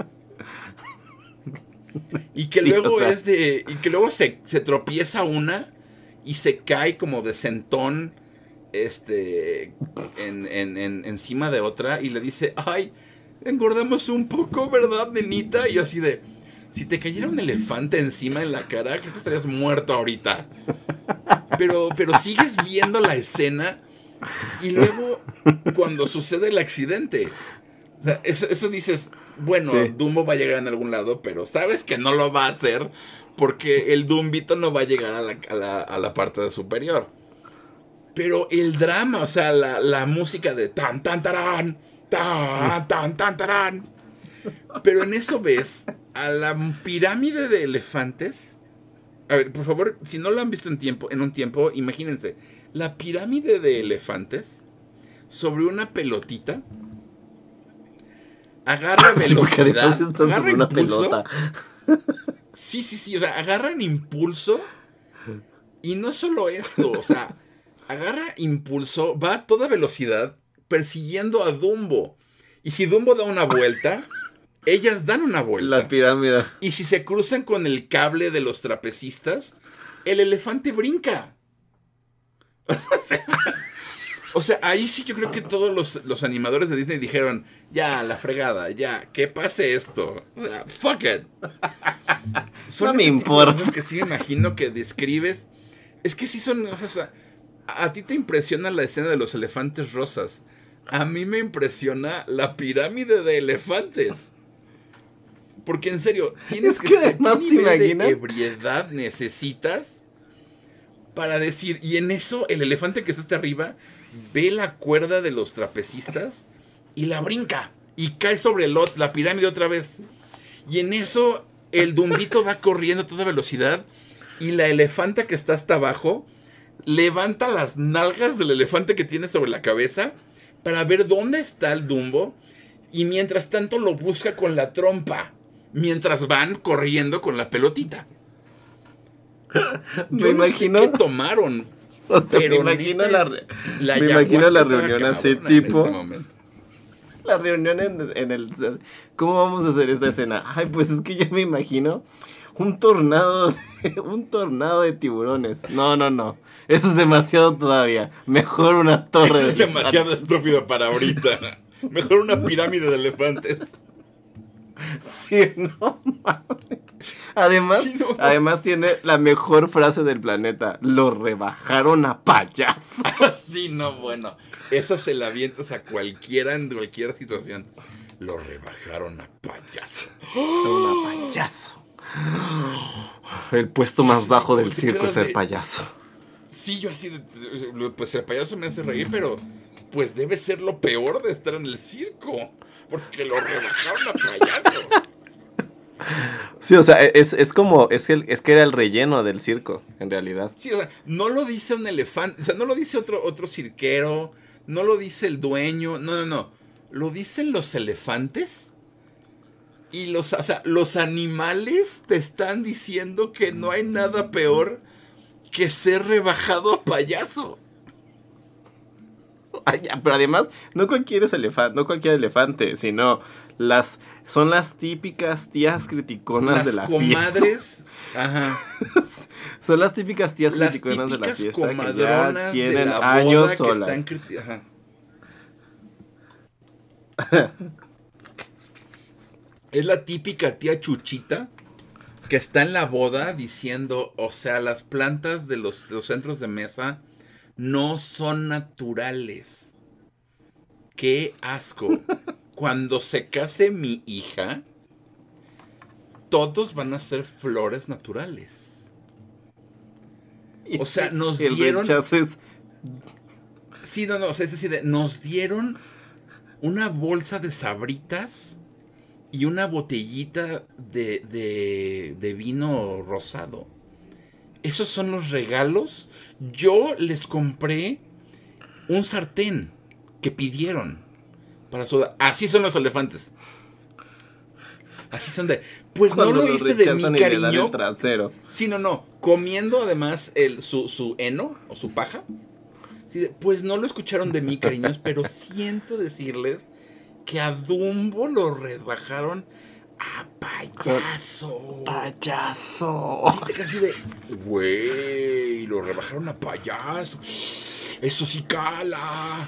A: Y que
B: Sí,
A: luego
B: o sea.
A: es de. Y que luego se, se tropieza una y se cae como de sentón. Este. En, en, en- encima de otra. Y le dice, ay, engordamos un poco, ¿verdad, nenita? Y yo así de. Si te cayera un elefante encima en la cara, creo que estarías muerto ahorita. Pero, pero sigues viendo la escena. Y luego, cuando sucede el accidente. O sea, eso, eso dices, bueno,
B: Sí.
A: Dumbo va a llegar en algún lado, pero sabes que no lo va a hacer porque el Dumbito no va a llegar a la, a la, a la parte superior. Pero el drama, o sea, la, la música de tan, tan, tarán, tan, tan, tan, tarán. Pero en eso ves a la pirámide de elefantes. A ver, por favor, si no lo han visto en, tiempo, en un tiempo, imagínense, la pirámide de elefantes sobre una pelotita. Agarra
B: Sí, porque además
A: velocidad,
B: están
A: agarra
B: sobre una
A: impulso.
B: pelota.
A: Sí, sí, sí, o sea, agarran impulso. Y no solo esto, o sea, agarra impulso, va a toda velocidad persiguiendo a Dumbo. Y si Dumbo da una vuelta, ellas dan una
B: La
A: vuelta.
B: pirámide.
A: Y si se cruzan con el cable de los trapecistas, el elefante brinca. O sea, o sea, ahí sí yo creo que todos los, los animadores de Disney dijeron, ya, la fregada, ya, que pase esto. O sea, fuck it. Son
B: No me
A: ese tipo de
B: importa.
A: cosas que sí me imagino que describes. Es que sí son, o sea, a, a ti te impresiona la escena de los elefantes rosas. A mí me impresiona la pirámide de elefantes. Porque en serio, tienes
B: Es
A: que,
B: que
A: ¿qué
B: además, ¿te
A: nivel de
B: imaginas?
A: ebriedad necesitas para decir? Y en eso, el elefante que está hasta arriba ve la cuerda de los trapecistas y la brinca. Y cae sobre el, ot- la pirámide otra vez. Y en eso, el Dumbito va corriendo a toda velocidad. Y la elefanta que está hasta abajo levanta las nalgas del elefante que tiene sobre la cabeza para ver dónde está el Dumbo. Y mientras tanto lo busca con la trompa. Mientras van corriendo con la pelotita.
B: Me
A: Yo no
B: imagino.
A: sé qué tomaron.
B: O sea, me
A: Pero
B: imagino
A: neta
B: la,
A: es-
B: re-
A: la
B: me imagino la
A: ayahuasca estaba
B: reunión así,
A: cabrona en
B: tipo.
A: ese momento.
B: La reunión en, en el. ¿Cómo vamos a hacer esta escena? Ay, pues es que yo me imagino un tornado. de- Un tornado de tiburones. No, no, no. Eso es demasiado todavía. Mejor una torre.
A: Eso
B: de
A: es demasiado
B: elefantes.
A: estúpido para ahorita. Mejor una pirámide de elefantes.
B: Sí, no mames. Además,
A: Sí, no.
B: además tiene la mejor frase del planeta. Lo rebajaron a payaso.
A: Sí, no, bueno. Esa se la avientas a cualquiera en cualquier situación. Lo rebajaron a payaso.
B: Una payaso. El puesto más
A: Sí,
B: bajo
A: sí,
B: del
A: te
B: circo es
A: quedas
B: ser
A: de-
B: payaso.
A: Sí, yo así, de- pues el payaso me hace reír, pero pues debe ser lo peor de estar en el circo. Porque lo rebajaron a payaso.
B: Sí, o sea, es, es como, es, el, es que era el relleno del circo, en realidad.
A: Sí, o sea, no lo dice un elefante, o sea, no lo dice otro, otro cirquero, no lo dice el dueño, no, no, no. Lo dicen los elefantes y los, o sea, los animales te están diciendo que no hay nada peor que ser rebajado a payaso.
B: Ay, ya, pero además, no cualquier es elefante, no cualquier elefante, sino las, son las típicas tías criticonas
A: Las
B: de la
A: comadres, ajá,
B: fiesta. Son las típicas tías
A: las
B: criticonas de la
A: típicas
B: fiesta que ya
A: comadronas de
B: tienen
A: la boda
B: años
A: que
B: solas.
A: están criti- ajá. Es la típica tía Chuchita que está en la boda diciendo, o sea, las plantas de los, los centros de mesa no son naturales. ¡Qué asco! Cuando se case mi hija, todos van a ser flores naturales. O sea, nos
B: el
A: dieron-
B: rechazo es
A: Sí, no, no, o sea, es decir, de- nos dieron una bolsa de sabritas y una botellita de, de, de vino rosado. Esos son los regalos. Yo les compré un sartén que pidieron para su... Así son los elefantes. Así son de... Pues no
B: cuando
A: lo
B: los
A: viste de mi
B: rechazan y le dan
A: cariño.
B: el trasero.
A: Sí, no, no. Comiendo además el, su, su heno o su paja. Sí, de, pues no lo escucharon de mí, cariños, pero siento decirles que a Dumbo lo rebajaron a payaso.
B: Payaso.
A: Sí, te casi de, güey, lo rebajaron a payaso. Eso sí cala.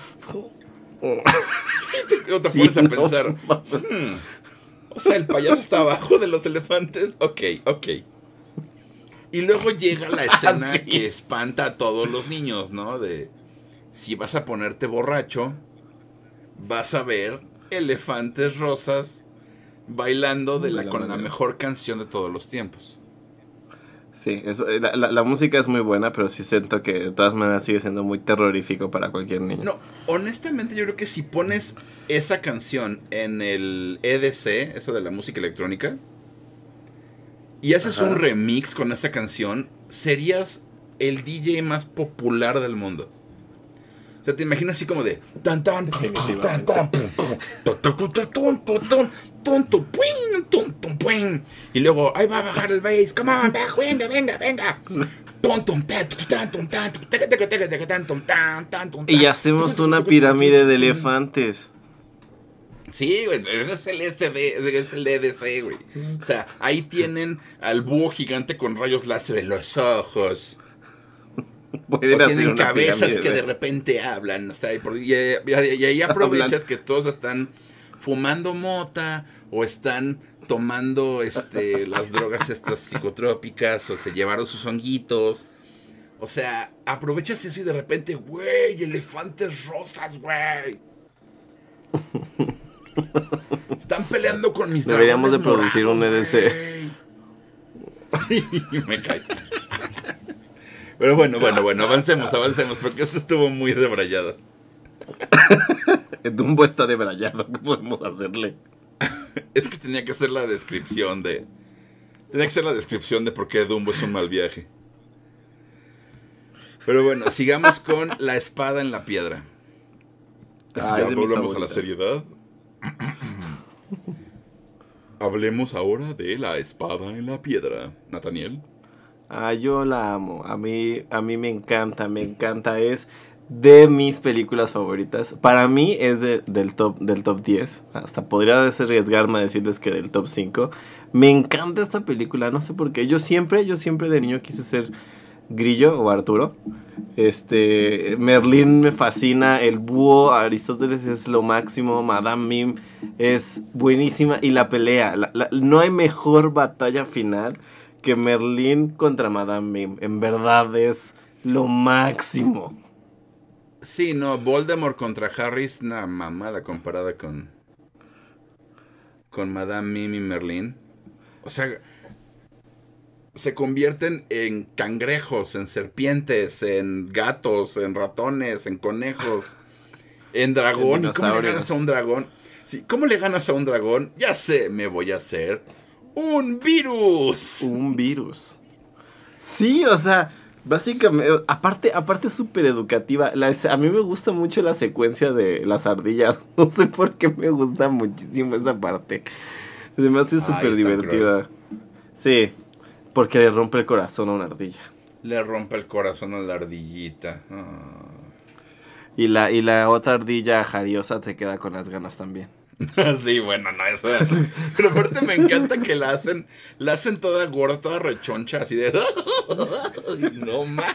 A: No te
B: Sí,
A: pones a
B: no,
A: pensar. Hmm, o sea, el payaso está abajo de los elefantes. Ok, ok. Y luego llega la escena
B: Sí.
A: que espanta a todos los niños, ¿no? De si vas a ponerte borracho, vas a ver elefantes rosas bailando de
B: De
A: la,
B: la
A: con la
B: manera.
A: mejor canción de todos los tiempos.
B: Sí, eso, eh, la, la, la música es muy buena, pero sí siento que de todas maneras sigue siendo muy terrorífico para cualquier niño.
A: No, honestamente yo creo que si pones esa canción en el E D C, eso de la música electrónica, y haces
B: Ajá.
A: un remix con esa canción, serías el D J más popular del mundo. O sea, te imaginas así como de tan tan tan tan tan tan, y luego ahí va a bajar el bass, come on, back, venga, venga, venga.
B: Y hacemos una pirámide de elefantes.
A: Sí, güey, ese es el S D, es el D D C, güey. O sea, ahí tienen al búho gigante con rayos láser en los ojos.
B: Pueden
A: O
B: hacer
A: tienen
B: una
A: cabezas
B: pirámide
A: que
B: de-
A: de repente hablan, o sea, y, por- y- y- y ahí aprovechas que todos están fumando mota o están tomando este las drogas estas psicotrópicas o se llevaron sus honguitos. O sea, aprovechas eso y de repente, güey, elefantes rosas, güey. Están peleando con mis
B: Deberíamos de
A: dragones
B: producir un E D C.
A: morados, güey. Sí, me cae. Pero bueno, bueno, bueno, avancemos, avancemos, porque esto estuvo muy debrayado.
B: Dumbo está debrayado, ¿qué podemos hacerle?
A: Es que tenía que hacer la descripción de... Tenía que ser la descripción de por qué Dumbo es un mal viaje. Pero bueno, sigamos con la espada en la piedra. Así
B: Ah,
A: ya
B: es de mis
A: volvemos a la
B: favoritas.
A: seriedad. Hablemos ahora de la espada en la piedra. Nathaniel.
B: Ah, yo la amo. A mí, a mí me encanta, me encanta. Es de mis películas favoritas. Para mí es de- del top del top diez. Hasta podría arriesgarme a decirles que del top cinco. Me encanta esta película, no sé por qué. Yo siempre, yo siempre de niño quise ser Grillo o Arturo. Este, Merlín me fascina, el búho, Aristóteles es lo máximo, Madame Mim es buenísima y la pelea, la- la- no hay mejor batalla final que Merlín contra Madame Mim, en verdad es lo máximo.
A: Sí, no, Voldemort contra Harry es una mamada comparada con... Con Madame Mim y Merlín. O sea... Se convierten en cangrejos, en serpientes, en gatos, en ratones, en conejos, en dragón.
B: En
A: ¿Y cómo le
B: dinosaurios.
A: ganas a un dragón? Sí, ¿cómo le ganas a un dragón? Ya sé, me voy a hacer un virus.
B: Un virus. Sí, o sea, básicamente, aparte, aparte es súper educativa. La- a mí me gusta mucho la secuencia de las ardillas. No sé por qué me gusta muchísimo esa parte. Se me hace
A: Ay,
B: súper
A: está
B: divertida. Sí, porque le rompe el corazón a una ardilla.
A: Le rompe el corazón a la ardillita. Ah.
B: Y la, y la otra ardilla jariosa te queda con las ganas también.
A: Sí, bueno, no, eso. Pero aparte me encanta que la hacen, la hacen toda gorda, toda rechoncha, así de. No más.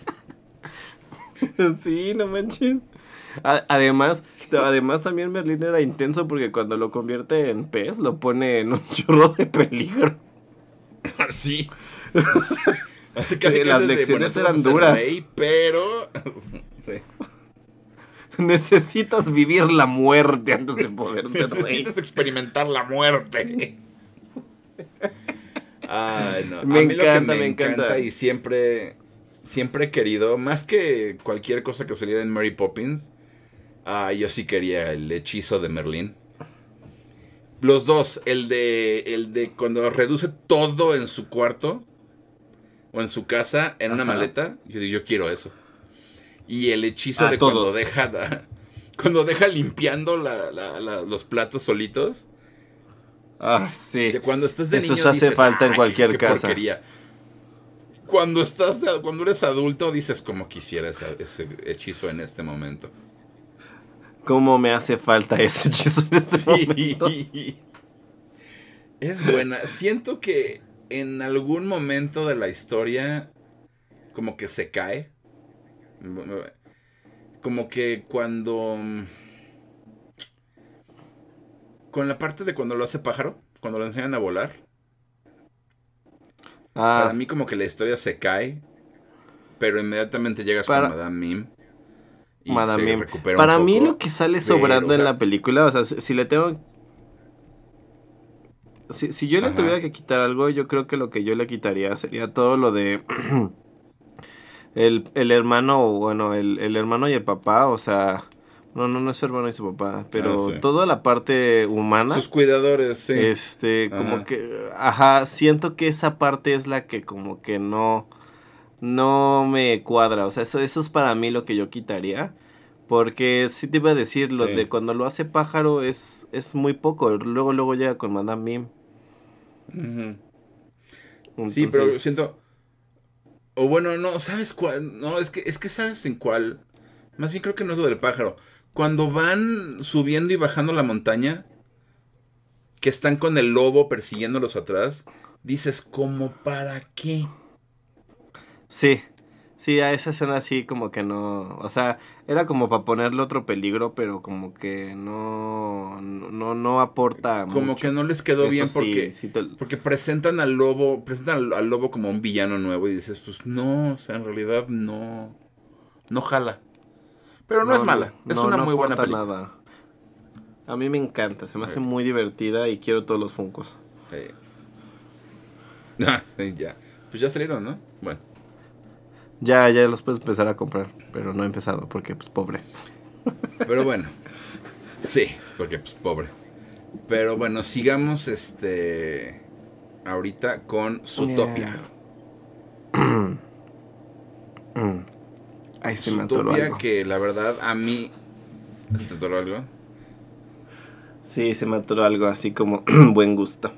B: Sí, no manches. A- Además, además también Merlín era intenso porque cuando lo convierte en pez lo pone en un chorro de peligro.
A: Así. Así casi
B: Sí,
A: que
B: las
A: haces de,
B: lecciones
A: tú
B: eran
A: vas a ser
B: duras.
A: rey, pero. Sí.
B: Necesitas vivir la muerte antes de poder ser rey.
A: Necesitas experimentar la muerte. Ay, no.
B: Me
A: a mí lo que
B: encanta,
A: me,
B: me
A: encanta,
B: encanta.
A: y siempre, siempre he querido, más que cualquier cosa que saliera en Mary Poppins, ah, yo sí quería el hechizo de Merlín. Los dos, el de, el de cuando reduce todo en su cuarto o en su casa en una
B: Ajá.
A: maleta, yo digo, yo quiero eso. Y el hechizo
B: Ah,
A: de
B: todos.
A: cuando deja da- cuando deja limpiando la- la- la- los platos solitos.
B: Ah, sí.
A: Que cuando estás de
B: Eso
A: niño
B: se hace
A: dices,
B: falta en
A: "Ay,
B: cualquier
A: qué, qué
B: casa".
A: porquería". Cuando estás, cuando eres adulto, dices como quisiera ese, ese hechizo en este momento.
B: ¿Cómo me hace falta ese hechizo en este
A: Sí.
B: momento?
A: Es buena. Siento que en algún momento de la historia como que se cae. Como que cuando... Con la parte de cuando lo hace pájaro, cuando lo enseñan a volar.
B: Ah,
A: Para mí como que la historia se cae, pero inmediatamente llegas
B: para
A: con Madame Mim y
B: Madame
A: se
B: Mim.
A: recupera
B: Para
A: un
B: mí
A: poco.
B: lo que sale
A: Pero,
B: sobrando
A: o
B: en
A: sea,
B: la película, o sea, si, si le tengo... Si, si yo le
A: ajá.
B: tuviera que quitar algo, yo creo que lo que yo le quitaría sería todo lo de... el, el hermano, bueno, el, el hermano y el papá, o sea... No, no, no es su hermano y su papá, pero
A: Ah, sí.
B: toda la parte humana...
A: Sus cuidadores, sí.
B: Este, como
A: Ajá.
B: que, ajá, siento que esa parte es la que como que no, no me cuadra, o sea, eso, eso es para mí lo que yo quitaría, porque sí te iba a decir, lo de
A: Sí.
B: cuando lo hace pájaro es, es muy poco, luego, luego llega con Madame Mim,
A: Ujú. Sí, pero
B: entonces,
A: siento... O bueno, no, ¿sabes cuál? No, es que, es que sabes en cuál. Más bien creo que no es lo del pájaro. Cuando van subiendo y bajando la montaña, que están con el lobo persiguiéndolos atrás, dices, ¿cómo para qué?
B: sí, sí, a esa escena sí como que no, o sea, era como para ponerle otro peligro, pero como que no, no, no aporta
A: Como que
B: mucho,
A: no les quedó
B: eso
A: bien
B: sí,
A: porque,
B: sí te...
A: porque presentan al lobo, presentan al, al lobo como un villano nuevo y dices, pues no, o sea, en realidad no, no jala. Pero no es
B: No, no,
A: mala, es
B: no,
A: una
B: no
A: muy buena
B: aporta
A: película.
B: nada. A mí me encanta, se me hace
A: Eh,
B: muy divertida y quiero todos los Funkos.
A: eh. Ah, sí, ya. Pues ya salieron, ¿no? Bueno,
B: Ya, ya los puedes empezar a comprar, pero no he empezado porque pues pobre.
A: pero bueno, sí, porque pues pobre. Pero bueno, sigamos este ahorita con Zootopia.
B: Yeah. Ahí se me atoró
A: Zootopia
B: algo.
A: que la verdad a mí... ¿Se te atoró algo?
B: Sí, se me atoró algo así como buen gusto.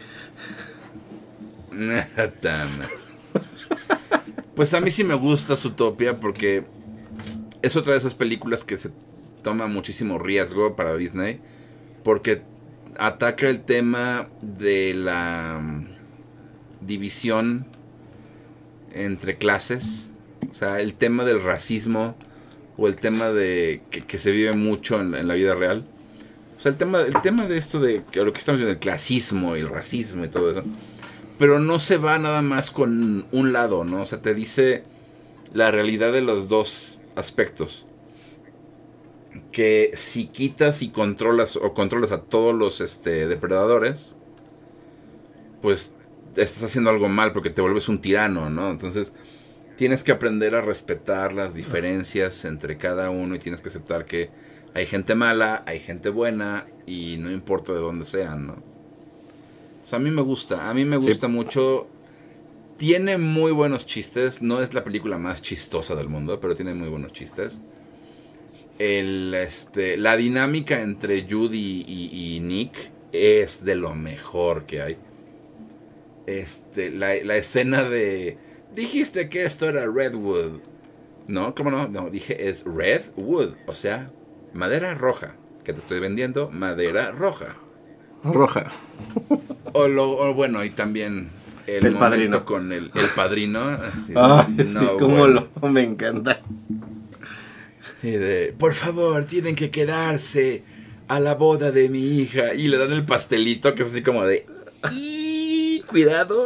A: Tama. Pues a mí sí me gusta Zootopia porque es otra de esas películas que se toma muchísimo riesgo para Disney porque ataca el tema de la mm, división entre clases, o sea, el tema del racismo o el tema de que, que se vive mucho en, en la vida real. O sea, el tema, el tema de esto de que lo que estamos viendo, el clasismo y el racismo y todo eso. Pero no se va nada más con un lado, ¿no? O sea, te dice la realidad de los dos aspectos. Que si quitas y controlas o controlas a todos los este, depredadores, pues estás haciendo algo mal porque te vuelves un tirano, ¿no? Entonces tienes que aprender a respetar las diferencias entre cada uno y tienes que aceptar que hay gente mala, hay gente buena y no importa de dónde sean, ¿no? O sea, a mí me gusta, a mí me
B: Sí,
A: gusta mucho. Tiene muy buenos chistes, no es la película más chistosa del mundo, pero tiene muy buenos chistes. El, este, la dinámica entre Judy y, y Nick es de lo mejor que hay. Este, la, la escena de... Dijiste que esto era Redwood. No, ¿cómo no? No, dije es Redwood, o sea, madera roja. Que te estoy vendiendo madera roja.
B: roja.
A: O, lo, o bueno, y también el
B: El
A: momento
B: padrino.
A: con el, el padrino. Así de,
B: Ay, sí,
A: no,
B: cómo
A: bueno.
B: lo, me encanta.
A: Y de, por favor, tienen que quedarse a la boda de mi hija. Y le dan el pastelito, que es así como de, y cuidado.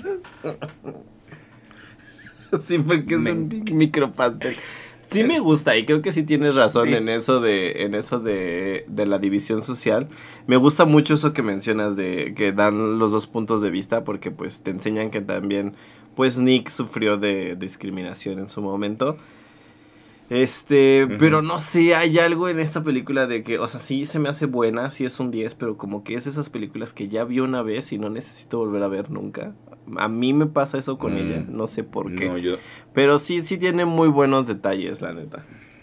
B: Sí, porque es
A: Me,
B: un big micropastel. Sí me gusta y creo que sí tienes razón
A: sí.
B: en eso de en eso de, de la división social. Me gusta mucho eso que mencionas de que dan los dos puntos de vista porque pues te enseñan que también pues Nick sufrió de discriminación en su momento. Este, pero
A: Uh-huh.
B: no sé, hay algo en esta película de que, o sea, sí se me hace buena, sí es un diez, pero como que es esas películas que ya vi una vez y no necesito volver a ver nunca. A mí me pasa eso con
A: Mm,
B: ella, no sé por qué.
A: no, yo,
B: Pero sí, sí tiene muy buenos detalles, la neta.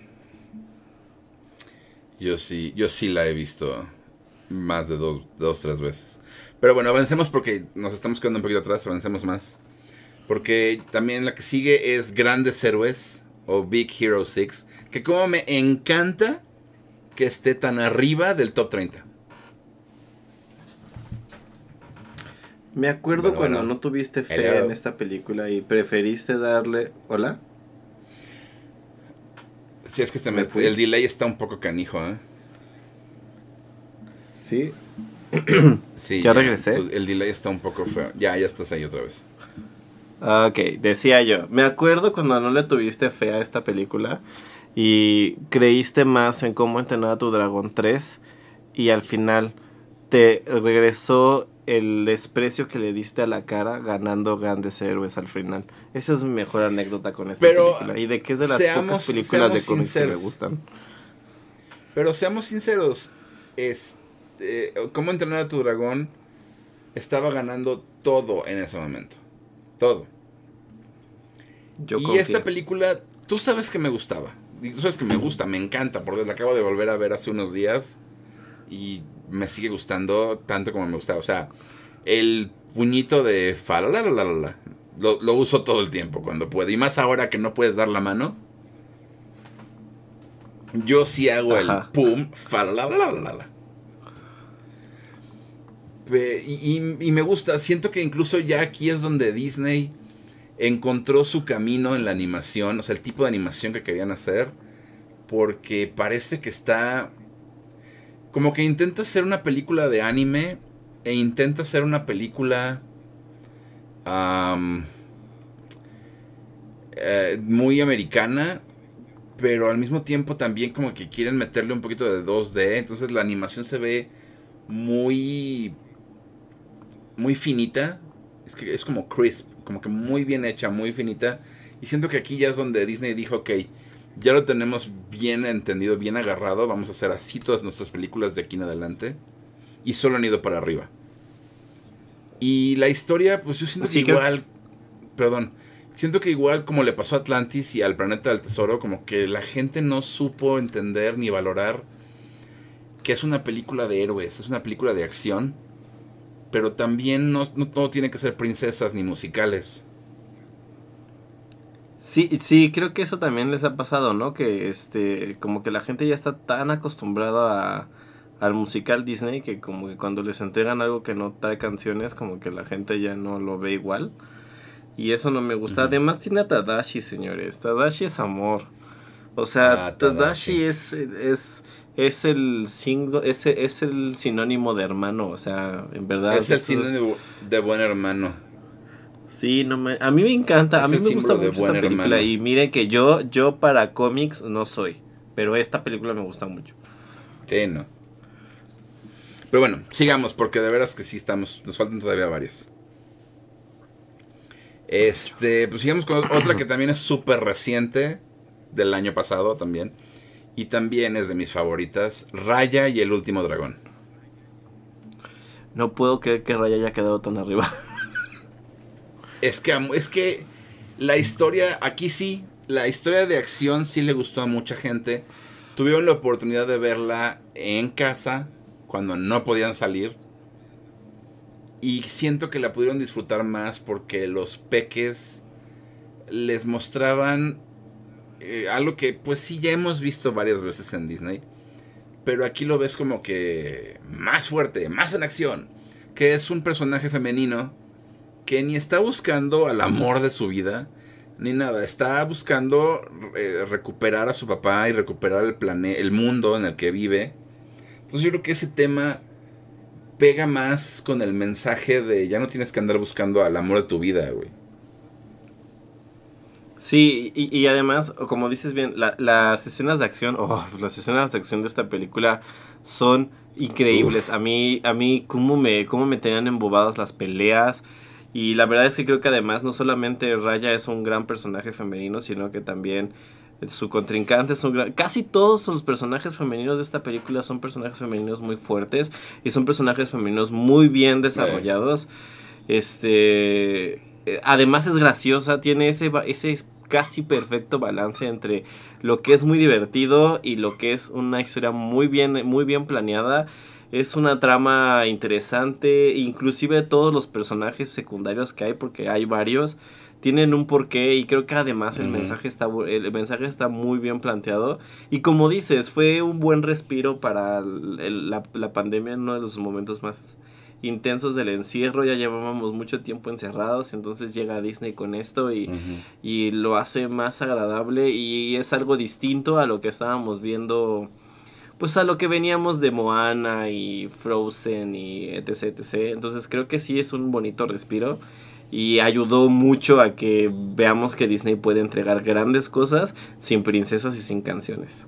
A: yo sí, yo sí la he visto más de dos, dos, tres veces. Pero bueno, avancemos porque nos estamos quedando un poquito atrás, avancemos más. Porque también la que sigue es Grandes Héroes o Big Hero seis. Que como me encanta que esté tan arriba del top treinta.
B: Me acuerdo
A: Bueno,
B: cuando
A: bueno.
B: no tuviste fe
A: Hello.
B: en esta película y preferiste darle... ¿Hola?
A: Si es que este
B: ¿Me
A: me-
B: fui?
A: el delay está un poco canijo, ¿eh?
B: Sí.
A: Sí,
B: ¿Ya
A: ya.
B: regresé?
A: tu- el delay está un poco feo. Ya, ya estás ahí otra vez.
B: Ok, decía yo, me acuerdo cuando no le tuviste fe a esta película y creíste más en Cómo entrenar a tu dragón tres y al final te regresó el desprecio que le diste a la cara ganando Grandes Héroes al final. Esa es mi mejor anécdota con esta
A: Pero
B: película y de que es de las pocas
A: seamos,
B: películas de
A: seamos
B: cómics que me
A: sinceros.
B: gustan.
A: Pero seamos sinceros. Este, ¿Cómo entrenar a tu dragón? Estaba ganando todo en ese momento. Todo.
B: Yo
A: Y esta
B: confío.
A: película, tú sabes que me gustaba. Y tú sabes que me gusta, me encanta. Porque la acabo de volver a ver hace unos días. Y me sigue gustando tanto como me gustaba. O sea, el puñito de fa la la la la la, lo, lo uso todo el tiempo cuando puedo. Y más ahora que no puedes dar la mano. Yo sí hago el
B: Ajá.
A: pum, fa la la la la la. Pe- Y, y- y me gusta, siento que incluso ya aquí es donde Disney encontró su camino en la animación, o sea, el tipo de animación que querían hacer, porque parece que está como que intenta hacer una película de anime e intenta hacer una película am, eh, muy americana, pero al mismo tiempo también como que quieren meterle un poquito de dos D, entonces la animación se ve muy muy finita, es que es como crisp, como que muy bien hecha, muy finita, y siento que aquí ya es donde Disney dijo, ok, ya lo tenemos bien entendido, bien agarrado, vamos a hacer así todas nuestras películas de aquí en adelante, y solo han ido para arriba. Y la historia, pues yo siento que
B: Sí, creo.
A: igual, perdón, siento que igual como le pasó a Atlantis y al Planeta del Tesoro, como que la gente no supo entender ni valorar que es una película de héroes, es una película de acción, pero también no, no todo tiene que ser princesas ni musicales.
B: Sí, sí, creo que eso también les ha pasado, ¿no? Que este, como que la gente ya está tan acostumbrada a, al musical Disney que como que cuando les entregan algo que no trae canciones, como que la gente ya no lo ve igual. Y eso no me gusta.
A: Ujú.
B: Además tiene a Tadashi, señores. Tadashi es amor. O sea,
A: Ah,
B: Tadashi
A: Tadashi.
B: es, es, es el singo, es, es el sinónimo de hermano. O sea, en verdad,
A: Es el
B: esto
A: cine
B: es...
A: de, de buen hermano.
B: Sí, no me, a mí me encanta, a
A: Es
B: mí
A: el
B: me gusta
A: símbolo de
B: mucho
A: buen
B: esta película
A: hermano.
B: y miren que yo, yo para cómics no soy, pero esta película me gusta mucho.
A: Sí, no. Pero bueno, sigamos, porque de veras que sí estamos. Nos faltan todavía varias. Este, pues sigamos con otra que también es súper reciente. Del año pasado también. Y también es de mis favoritas. Raya y el último dragón.
B: No puedo creer que Raya haya quedado tan arriba.
A: Es que, am- es que la historia, aquí sí, la historia de acción sí le gustó a mucha gente. Tuvieron la oportunidad de verla en casa, cuando no podían salir. Y siento que la pudieron disfrutar más porque los peques les mostraban eh, algo que pues sí ya hemos visto varias veces en Disney. Pero aquí lo ves como que más fuerte, más en acción. Que es un personaje femenino que ni está buscando al amor de su vida, ni nada. Está buscando eh, recuperar a su papá y recuperar el, plane el mundo en el que vive. Entonces yo creo que ese tema pega más con el mensaje de ya no tienes que andar buscando al amor de tu vida, güey.
B: Sí, y, y además, como dices bien, la- las escenas de acción, oh, las escenas de acción de esta película son increíbles.
A: Uf.
B: A mí, a mí, cómo me, cómo me tenían embobadas las peleas. Y la verdad es que creo que además no solamente Raya es un gran personaje femenino, sino que también su contrincante es un gran... Casi todos los personajes femeninos de esta película son personajes femeninos muy fuertes y son personajes femeninos muy bien
A: Eh,
B: desarrollados. Este, eh, además es graciosa, tiene ese, ba- ese casi perfecto balance entre lo que es muy divertido y lo que es una historia muy bien, muy bien planeada. Es una trama interesante, inclusive todos los personajes secundarios que hay, porque hay varios, tienen un porqué y creo que además el, uh-huh. mensaje está, el mensaje está muy bien planteado. Y como dices, fue un buen respiro para el, el, la, la pandemia en uno de los momentos más intensos del encierro. Ya llevábamos mucho tiempo encerrados, entonces llega Disney con esto y, uh-huh. y lo hace más agradable y es algo distinto a lo que estábamos viendo, pues a lo que veníamos de Moana y Frozen y etc, etcétera. Entonces creo que sí es un bonito respiro y ayudó mucho a que veamos que Disney puede entregar grandes cosas sin princesas y sin canciones.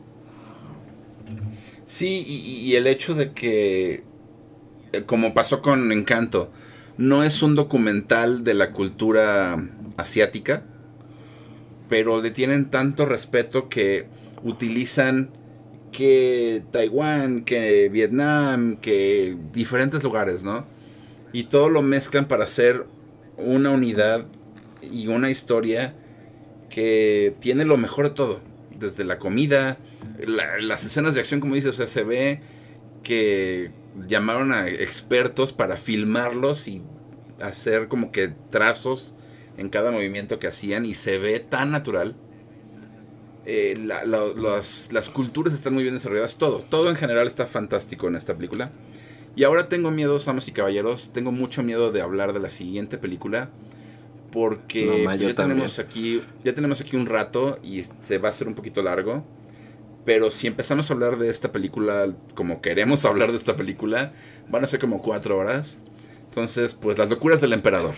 A: Sí, y, y el hecho de que, como pasó con Encanto, no es un documental de la cultura asiática, pero le tienen tanto respeto que utilizan que Taiwán, que Vietnam, que diferentes lugares, ¿no? Y todo lo mezclan para hacer una unidad y una historia que tiene lo mejor de todo, desde la comida, la, las escenas de acción, como dices, o sea, se ve que llamaron a expertos para filmarlos y hacer como que trazos en cada movimiento que hacían y se ve tan natural. Eh, la, la, las, las culturas están muy bien desarrolladas, todo, todo en general está fantástico en esta película. Y ahora tengo miedo, damas y caballeros, tengo mucho miedo de hablar de la siguiente película porque no, ma, ya tenemos aquí, ya tenemos aquí un rato y se va a hacer un poquito largo. Pero si empezamos a hablar de esta película como queremos hablar de esta película, van a ser como cuatro horas. Entonces, pues, Las locuras del emperador.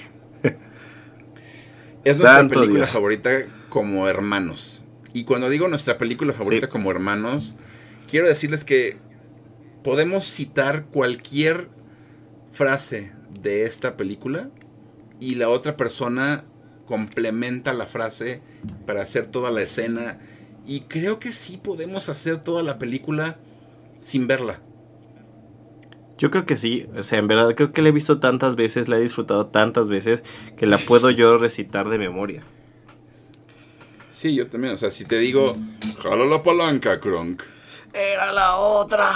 A: Es nuestra película Dios. favorita como hermanos. Y cuando digo nuestra película favorita sí. como hermanos, quiero decirles que podemos citar cualquier frase de esta película y la otra persona complementa la frase para hacer toda la escena. Y creo que sí podemos hacer toda la película sin verla.
B: Yo creo que sí, o sea, en verdad creo que la he visto tantas veces, la he disfrutado tantas veces que la puedo yo recitar de memoria.
A: Sí, yo también, o sea, si te digo, jala la palanca, Kronk.
B: Era la otra.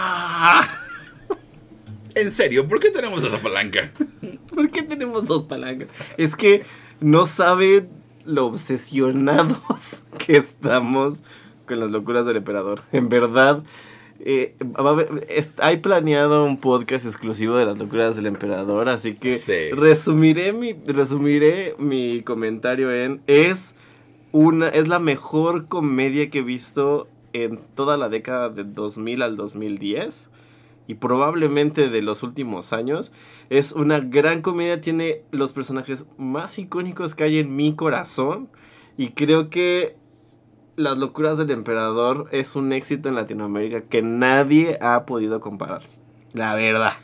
A: En serio, ¿por qué tenemos esa palanca?
B: ¿Por qué tenemos dos palancas? Es que no saben lo obsesionados que estamos con Las locuras del emperador. En verdad, eh, va a haber, es, hay planeado un podcast exclusivo de Las locuras del emperador, así que sí. resumiré mi resumiré mi comentario en es una es la mejor comedia que he visto en toda la década de dos mil al dos mil diez y probablemente de los últimos años. Es una gran comedia, tiene los personajes más icónicos que hay en mi corazón y creo que Las locuras del emperador es un éxito en Latinoamérica que nadie ha podido comparar, la verdad.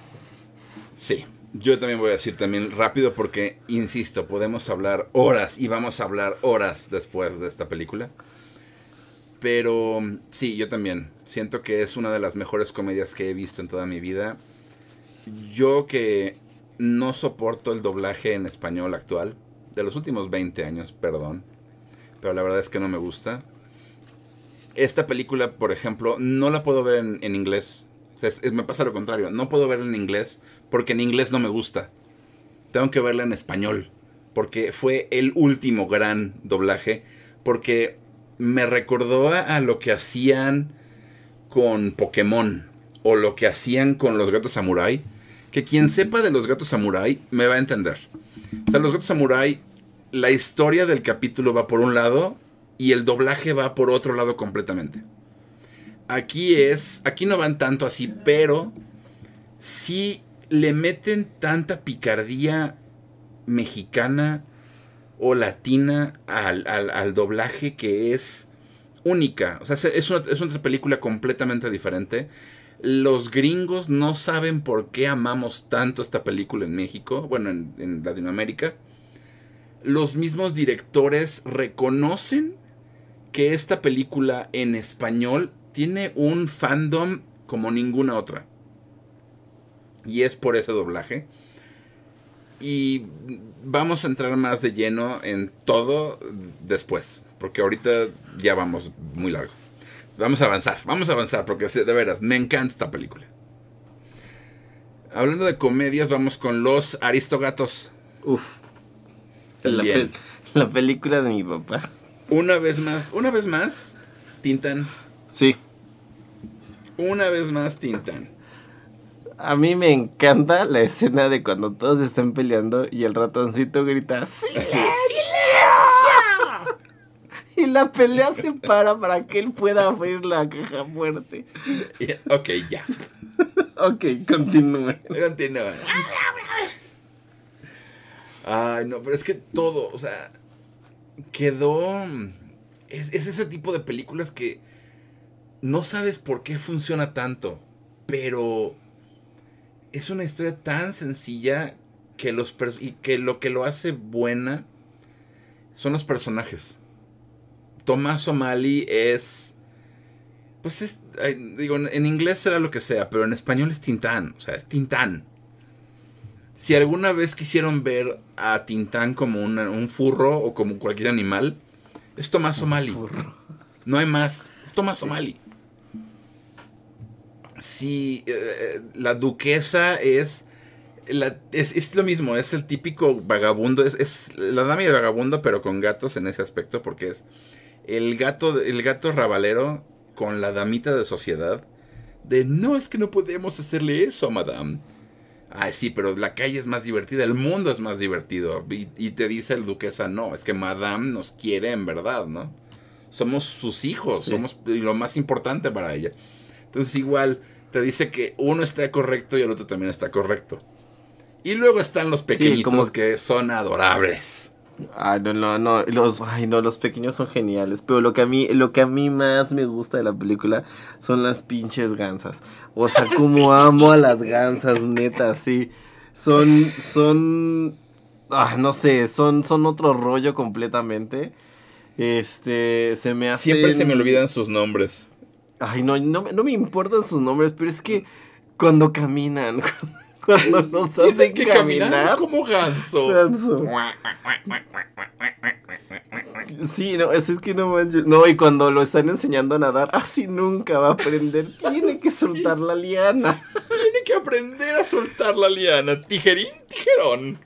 A: Sí, yo también voy a decir también rápido porque, insisto, podemos hablar horas y vamos a hablar horas después de esta película. Pero sí, yo también siento que es una de las mejores comedias que he visto en toda mi vida. Yo que no soporto el doblaje en español actual, de los últimos veinte años, perdón, pero la verdad es que no me gusta. Esta película, por ejemplo, no la puedo ver en, en inglés. O sea, es, es, me pasa lo contrario, no puedo verla en inglés porque en inglés no me gusta. Tengo que verla en español, porque fue el último gran doblaje, porque me recordó a, a lo que hacían con Pokémon o lo que hacían con los gatos samurái, que quien sepa de los gatos samurái me va a entender. O sea, los gatos samurái, la historia del capítulo va por un lado y el doblaje va por otro lado completamente. Aquí es, aquí no van tanto así, pero sí le meten tanta picardía mexicana o latina al, al, al doblaje que es única. O sea, es una, es una película completamente diferente. Los gringos no saben por qué amamos tanto esta película en México, bueno, en, en Latinoamérica. Los mismos directores reconocen que esta película en español tiene un fandom como ninguna otra. Y es por ese doblaje. Y vamos a entrar más de lleno en todo después, porque ahorita ya vamos muy largo. Vamos a avanzar, vamos a avanzar, porque de veras, me encanta esta película. Hablando de comedias, vamos con Los Aristogatos.
B: Uf. La, pel- la película de mi papá.
A: Una vez más, una vez más, Tintán.
B: Sí.
A: Una vez más, Tintán.
B: A mí me encanta la escena de cuando todos están peleando y el ratoncito grita ¡Silencio! Y la pelea se para para que él pueda abrir la caja fuerte.
A: Ok, ya.
B: Ok, continúe.
A: Continúa. Ay, no, pero es que todo, o sea, quedó... Es, es ese tipo de películas que no sabes por qué funciona tanto, pero es una historia tan sencilla que, los pers- y que lo que lo hace buena son los personajes. Tomás O'Malley es... Pues es... eh, digo, en inglés será lo que sea, pero en español es Tintán. O sea, es Tintán. Si alguna vez quisieron ver a Tintán como una- un furro o como cualquier animal, es Tomás O'Malley. No hay más. Es Tomás O'Malley. Sí, eh, la duquesa es, la, es... Es lo mismo, es el típico vagabundo. Es, es la dama y el vagabundo, pero con gatos en ese aspecto, porque es... El gato, el gato rabalero con la damita de sociedad. De no, es que no podemos hacerle eso a madame. Ay, sí, pero la calle es más divertida, el mundo es más divertido. Y, y te dice el duquesa, no, es que madame nos quiere en verdad, ¿no? Somos sus hijos, sí. Somos lo más importante para ella. Entonces igual te dice que uno está correcto y el otro también está correcto. Y luego están los pequeñitos, sí, como... que son adorables.
B: Ay, no, no, no, los, ay, no, los pequeños son geniales, pero lo que a mí, lo que a mí más me gusta de la película son las pinches gansas, o sea, como sí. Amo a las gansas, neta, sí, son, son, ah, no sé, son, son otro rollo completamente, este, se me hacen...
A: Siempre se me olvidan sus nombres.
B: Ay, no, no, no me importan sus nombres, pero es que cuando caminan... Cuando nos hacen
A: que
B: caminar,
A: caminar como ganso.
B: ganso. Sí, no, es, es que no manches. No, y cuando lo están enseñando a nadar, así nunca va a aprender. Tiene que soltar la liana.
A: Tiene que aprender a soltar la liana. Tijerín, tijerón.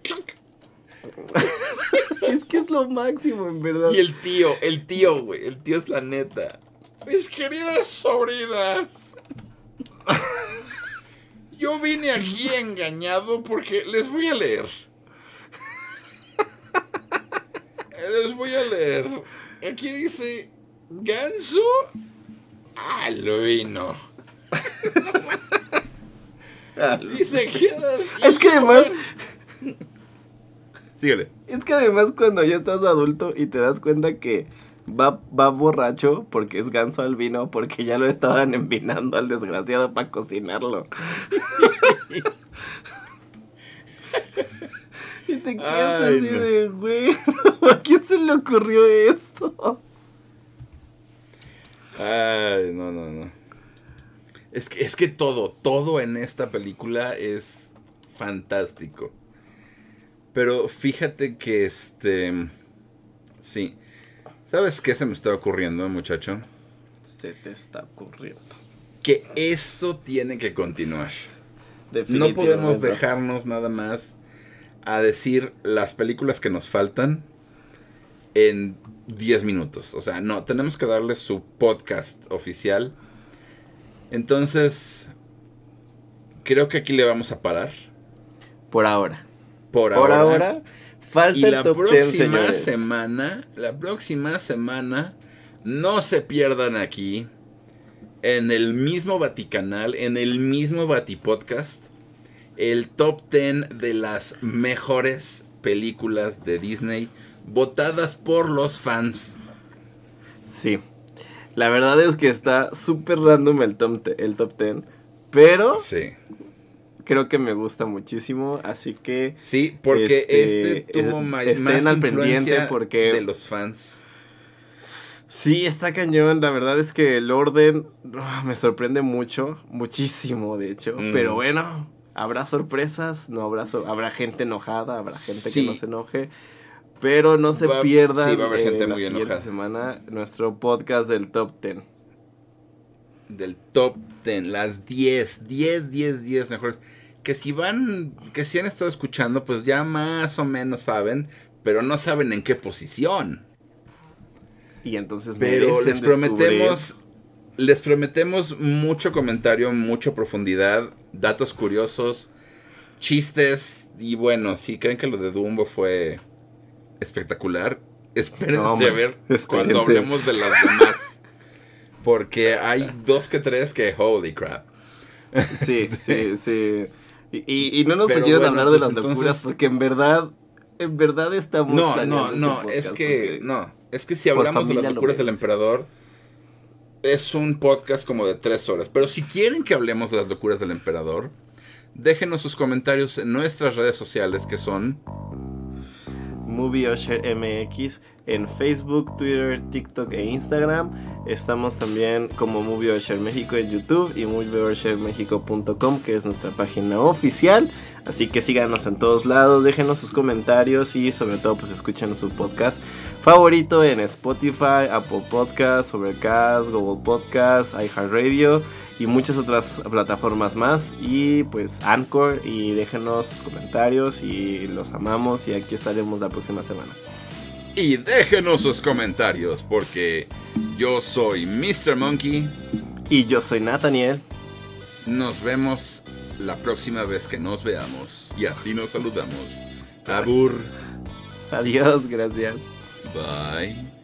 B: Es que es lo máximo, en verdad.
A: Y el tío, el tío, güey. El tío es la neta. Mis queridas sobrinas. Yo vine aquí engañado porque les voy a leer. Les voy a leer. Aquí dice ganso albino. Y te quedas.
B: Es que además.
A: Síguele.
B: Es que además cuando ya estás adulto y te das cuenta que va, va borracho porque es ganso albino, porque ya lo estaban envinando al desgraciado para cocinarlo. Y te quedas Ay, así no. de, güey, ¿a quién se le ocurrió esto?
A: Ay, no, no, no. Es que, es que todo, todo en esta película es fantástico. Pero fíjate que este... Sí. ¿Sabes qué se me está ocurriendo, muchacho?
B: Se te está ocurriendo.
A: Que esto tiene que continuar. No podemos dejarnos nada más a decir las películas que nos faltan en diez minutos. O sea, no, tenemos que darle su podcast oficial. Entonces, creo que aquí le vamos a parar.
B: Por ahora.
A: Por,
B: Por
A: ahora.
B: ahora. Falta
A: y
B: el
A: la
B: top
A: próxima
B: ten,
A: semana, la próxima semana, no se pierdan aquí, en el mismo Vaticanal, en el mismo Vatipodcast, el top diez de las mejores películas de Disney, votadas por los fans.
B: Sí, la verdad es que está súper random el top, el top diez, pero...
A: Sí.
B: Creo que me gusta muchísimo, así que...
A: Sí, porque este, este tuvo ma- más
B: al
A: influencia
B: porque...
A: de los fans.
B: Sí, está cañón, la verdad es que el orden oh, me sorprende mucho, muchísimo de hecho, mm. pero bueno, habrá sorpresas, no habrá so- habrá gente enojada, habrá gente sí. que no se enoje, pero no se va, pierdan sí, va a haber gente eh, muy la siguiente enojada. Semana nuestro podcast del top diez.
A: Del top diez, las diez, diez, diez, diez mejores. que si van, que si han estado escuchando, pues ya más o menos saben, pero no saben en qué posición.
B: Y entonces
A: pero les prometemos, descubrir. les prometemos mucho comentario, mucha profundidad, datos curiosos, chistes, y bueno, si creen que lo de Dumbo fue espectacular, espérense no, a ver espérense. cuando hablemos de las demás. Porque hay dos que tres que holy crap.
B: Sí, sí, sí. Y, y no nos Pero oyeron bueno, hablar de pues las locuras entonces... porque en verdad, en verdad estamos
A: No, no, no, es que, no, es que si hablamos de las locuras del emperador, es un podcast como de tres horas. Pero si quieren que hablemos de las locuras del emperador, déjenos sus comentarios en nuestras redes sociales que son
B: Movie Usher M X en Facebook, Twitter, TikTok e Instagram. Estamos también como Movie Usher México en YouTube y movie usher mexico punto com, que es nuestra página oficial. Así que síganos en todos lados, déjenos sus comentarios y sobre todo pues escuchen su podcast favorito en Spotify, Apple Podcasts, Overcast, Google Podcasts, iHeartRadio y muchas otras plataformas más, y pues Anchor, y déjenos sus comentarios y los amamos y aquí estaremos la próxima semana.
A: Y déjenos sus comentarios porque yo soy mister Monkey
B: y yo soy Nathaniel.
A: Nos vemos la próxima vez que nos veamos y así nos saludamos. Abur.
B: Adiós, gracias.
A: Bye.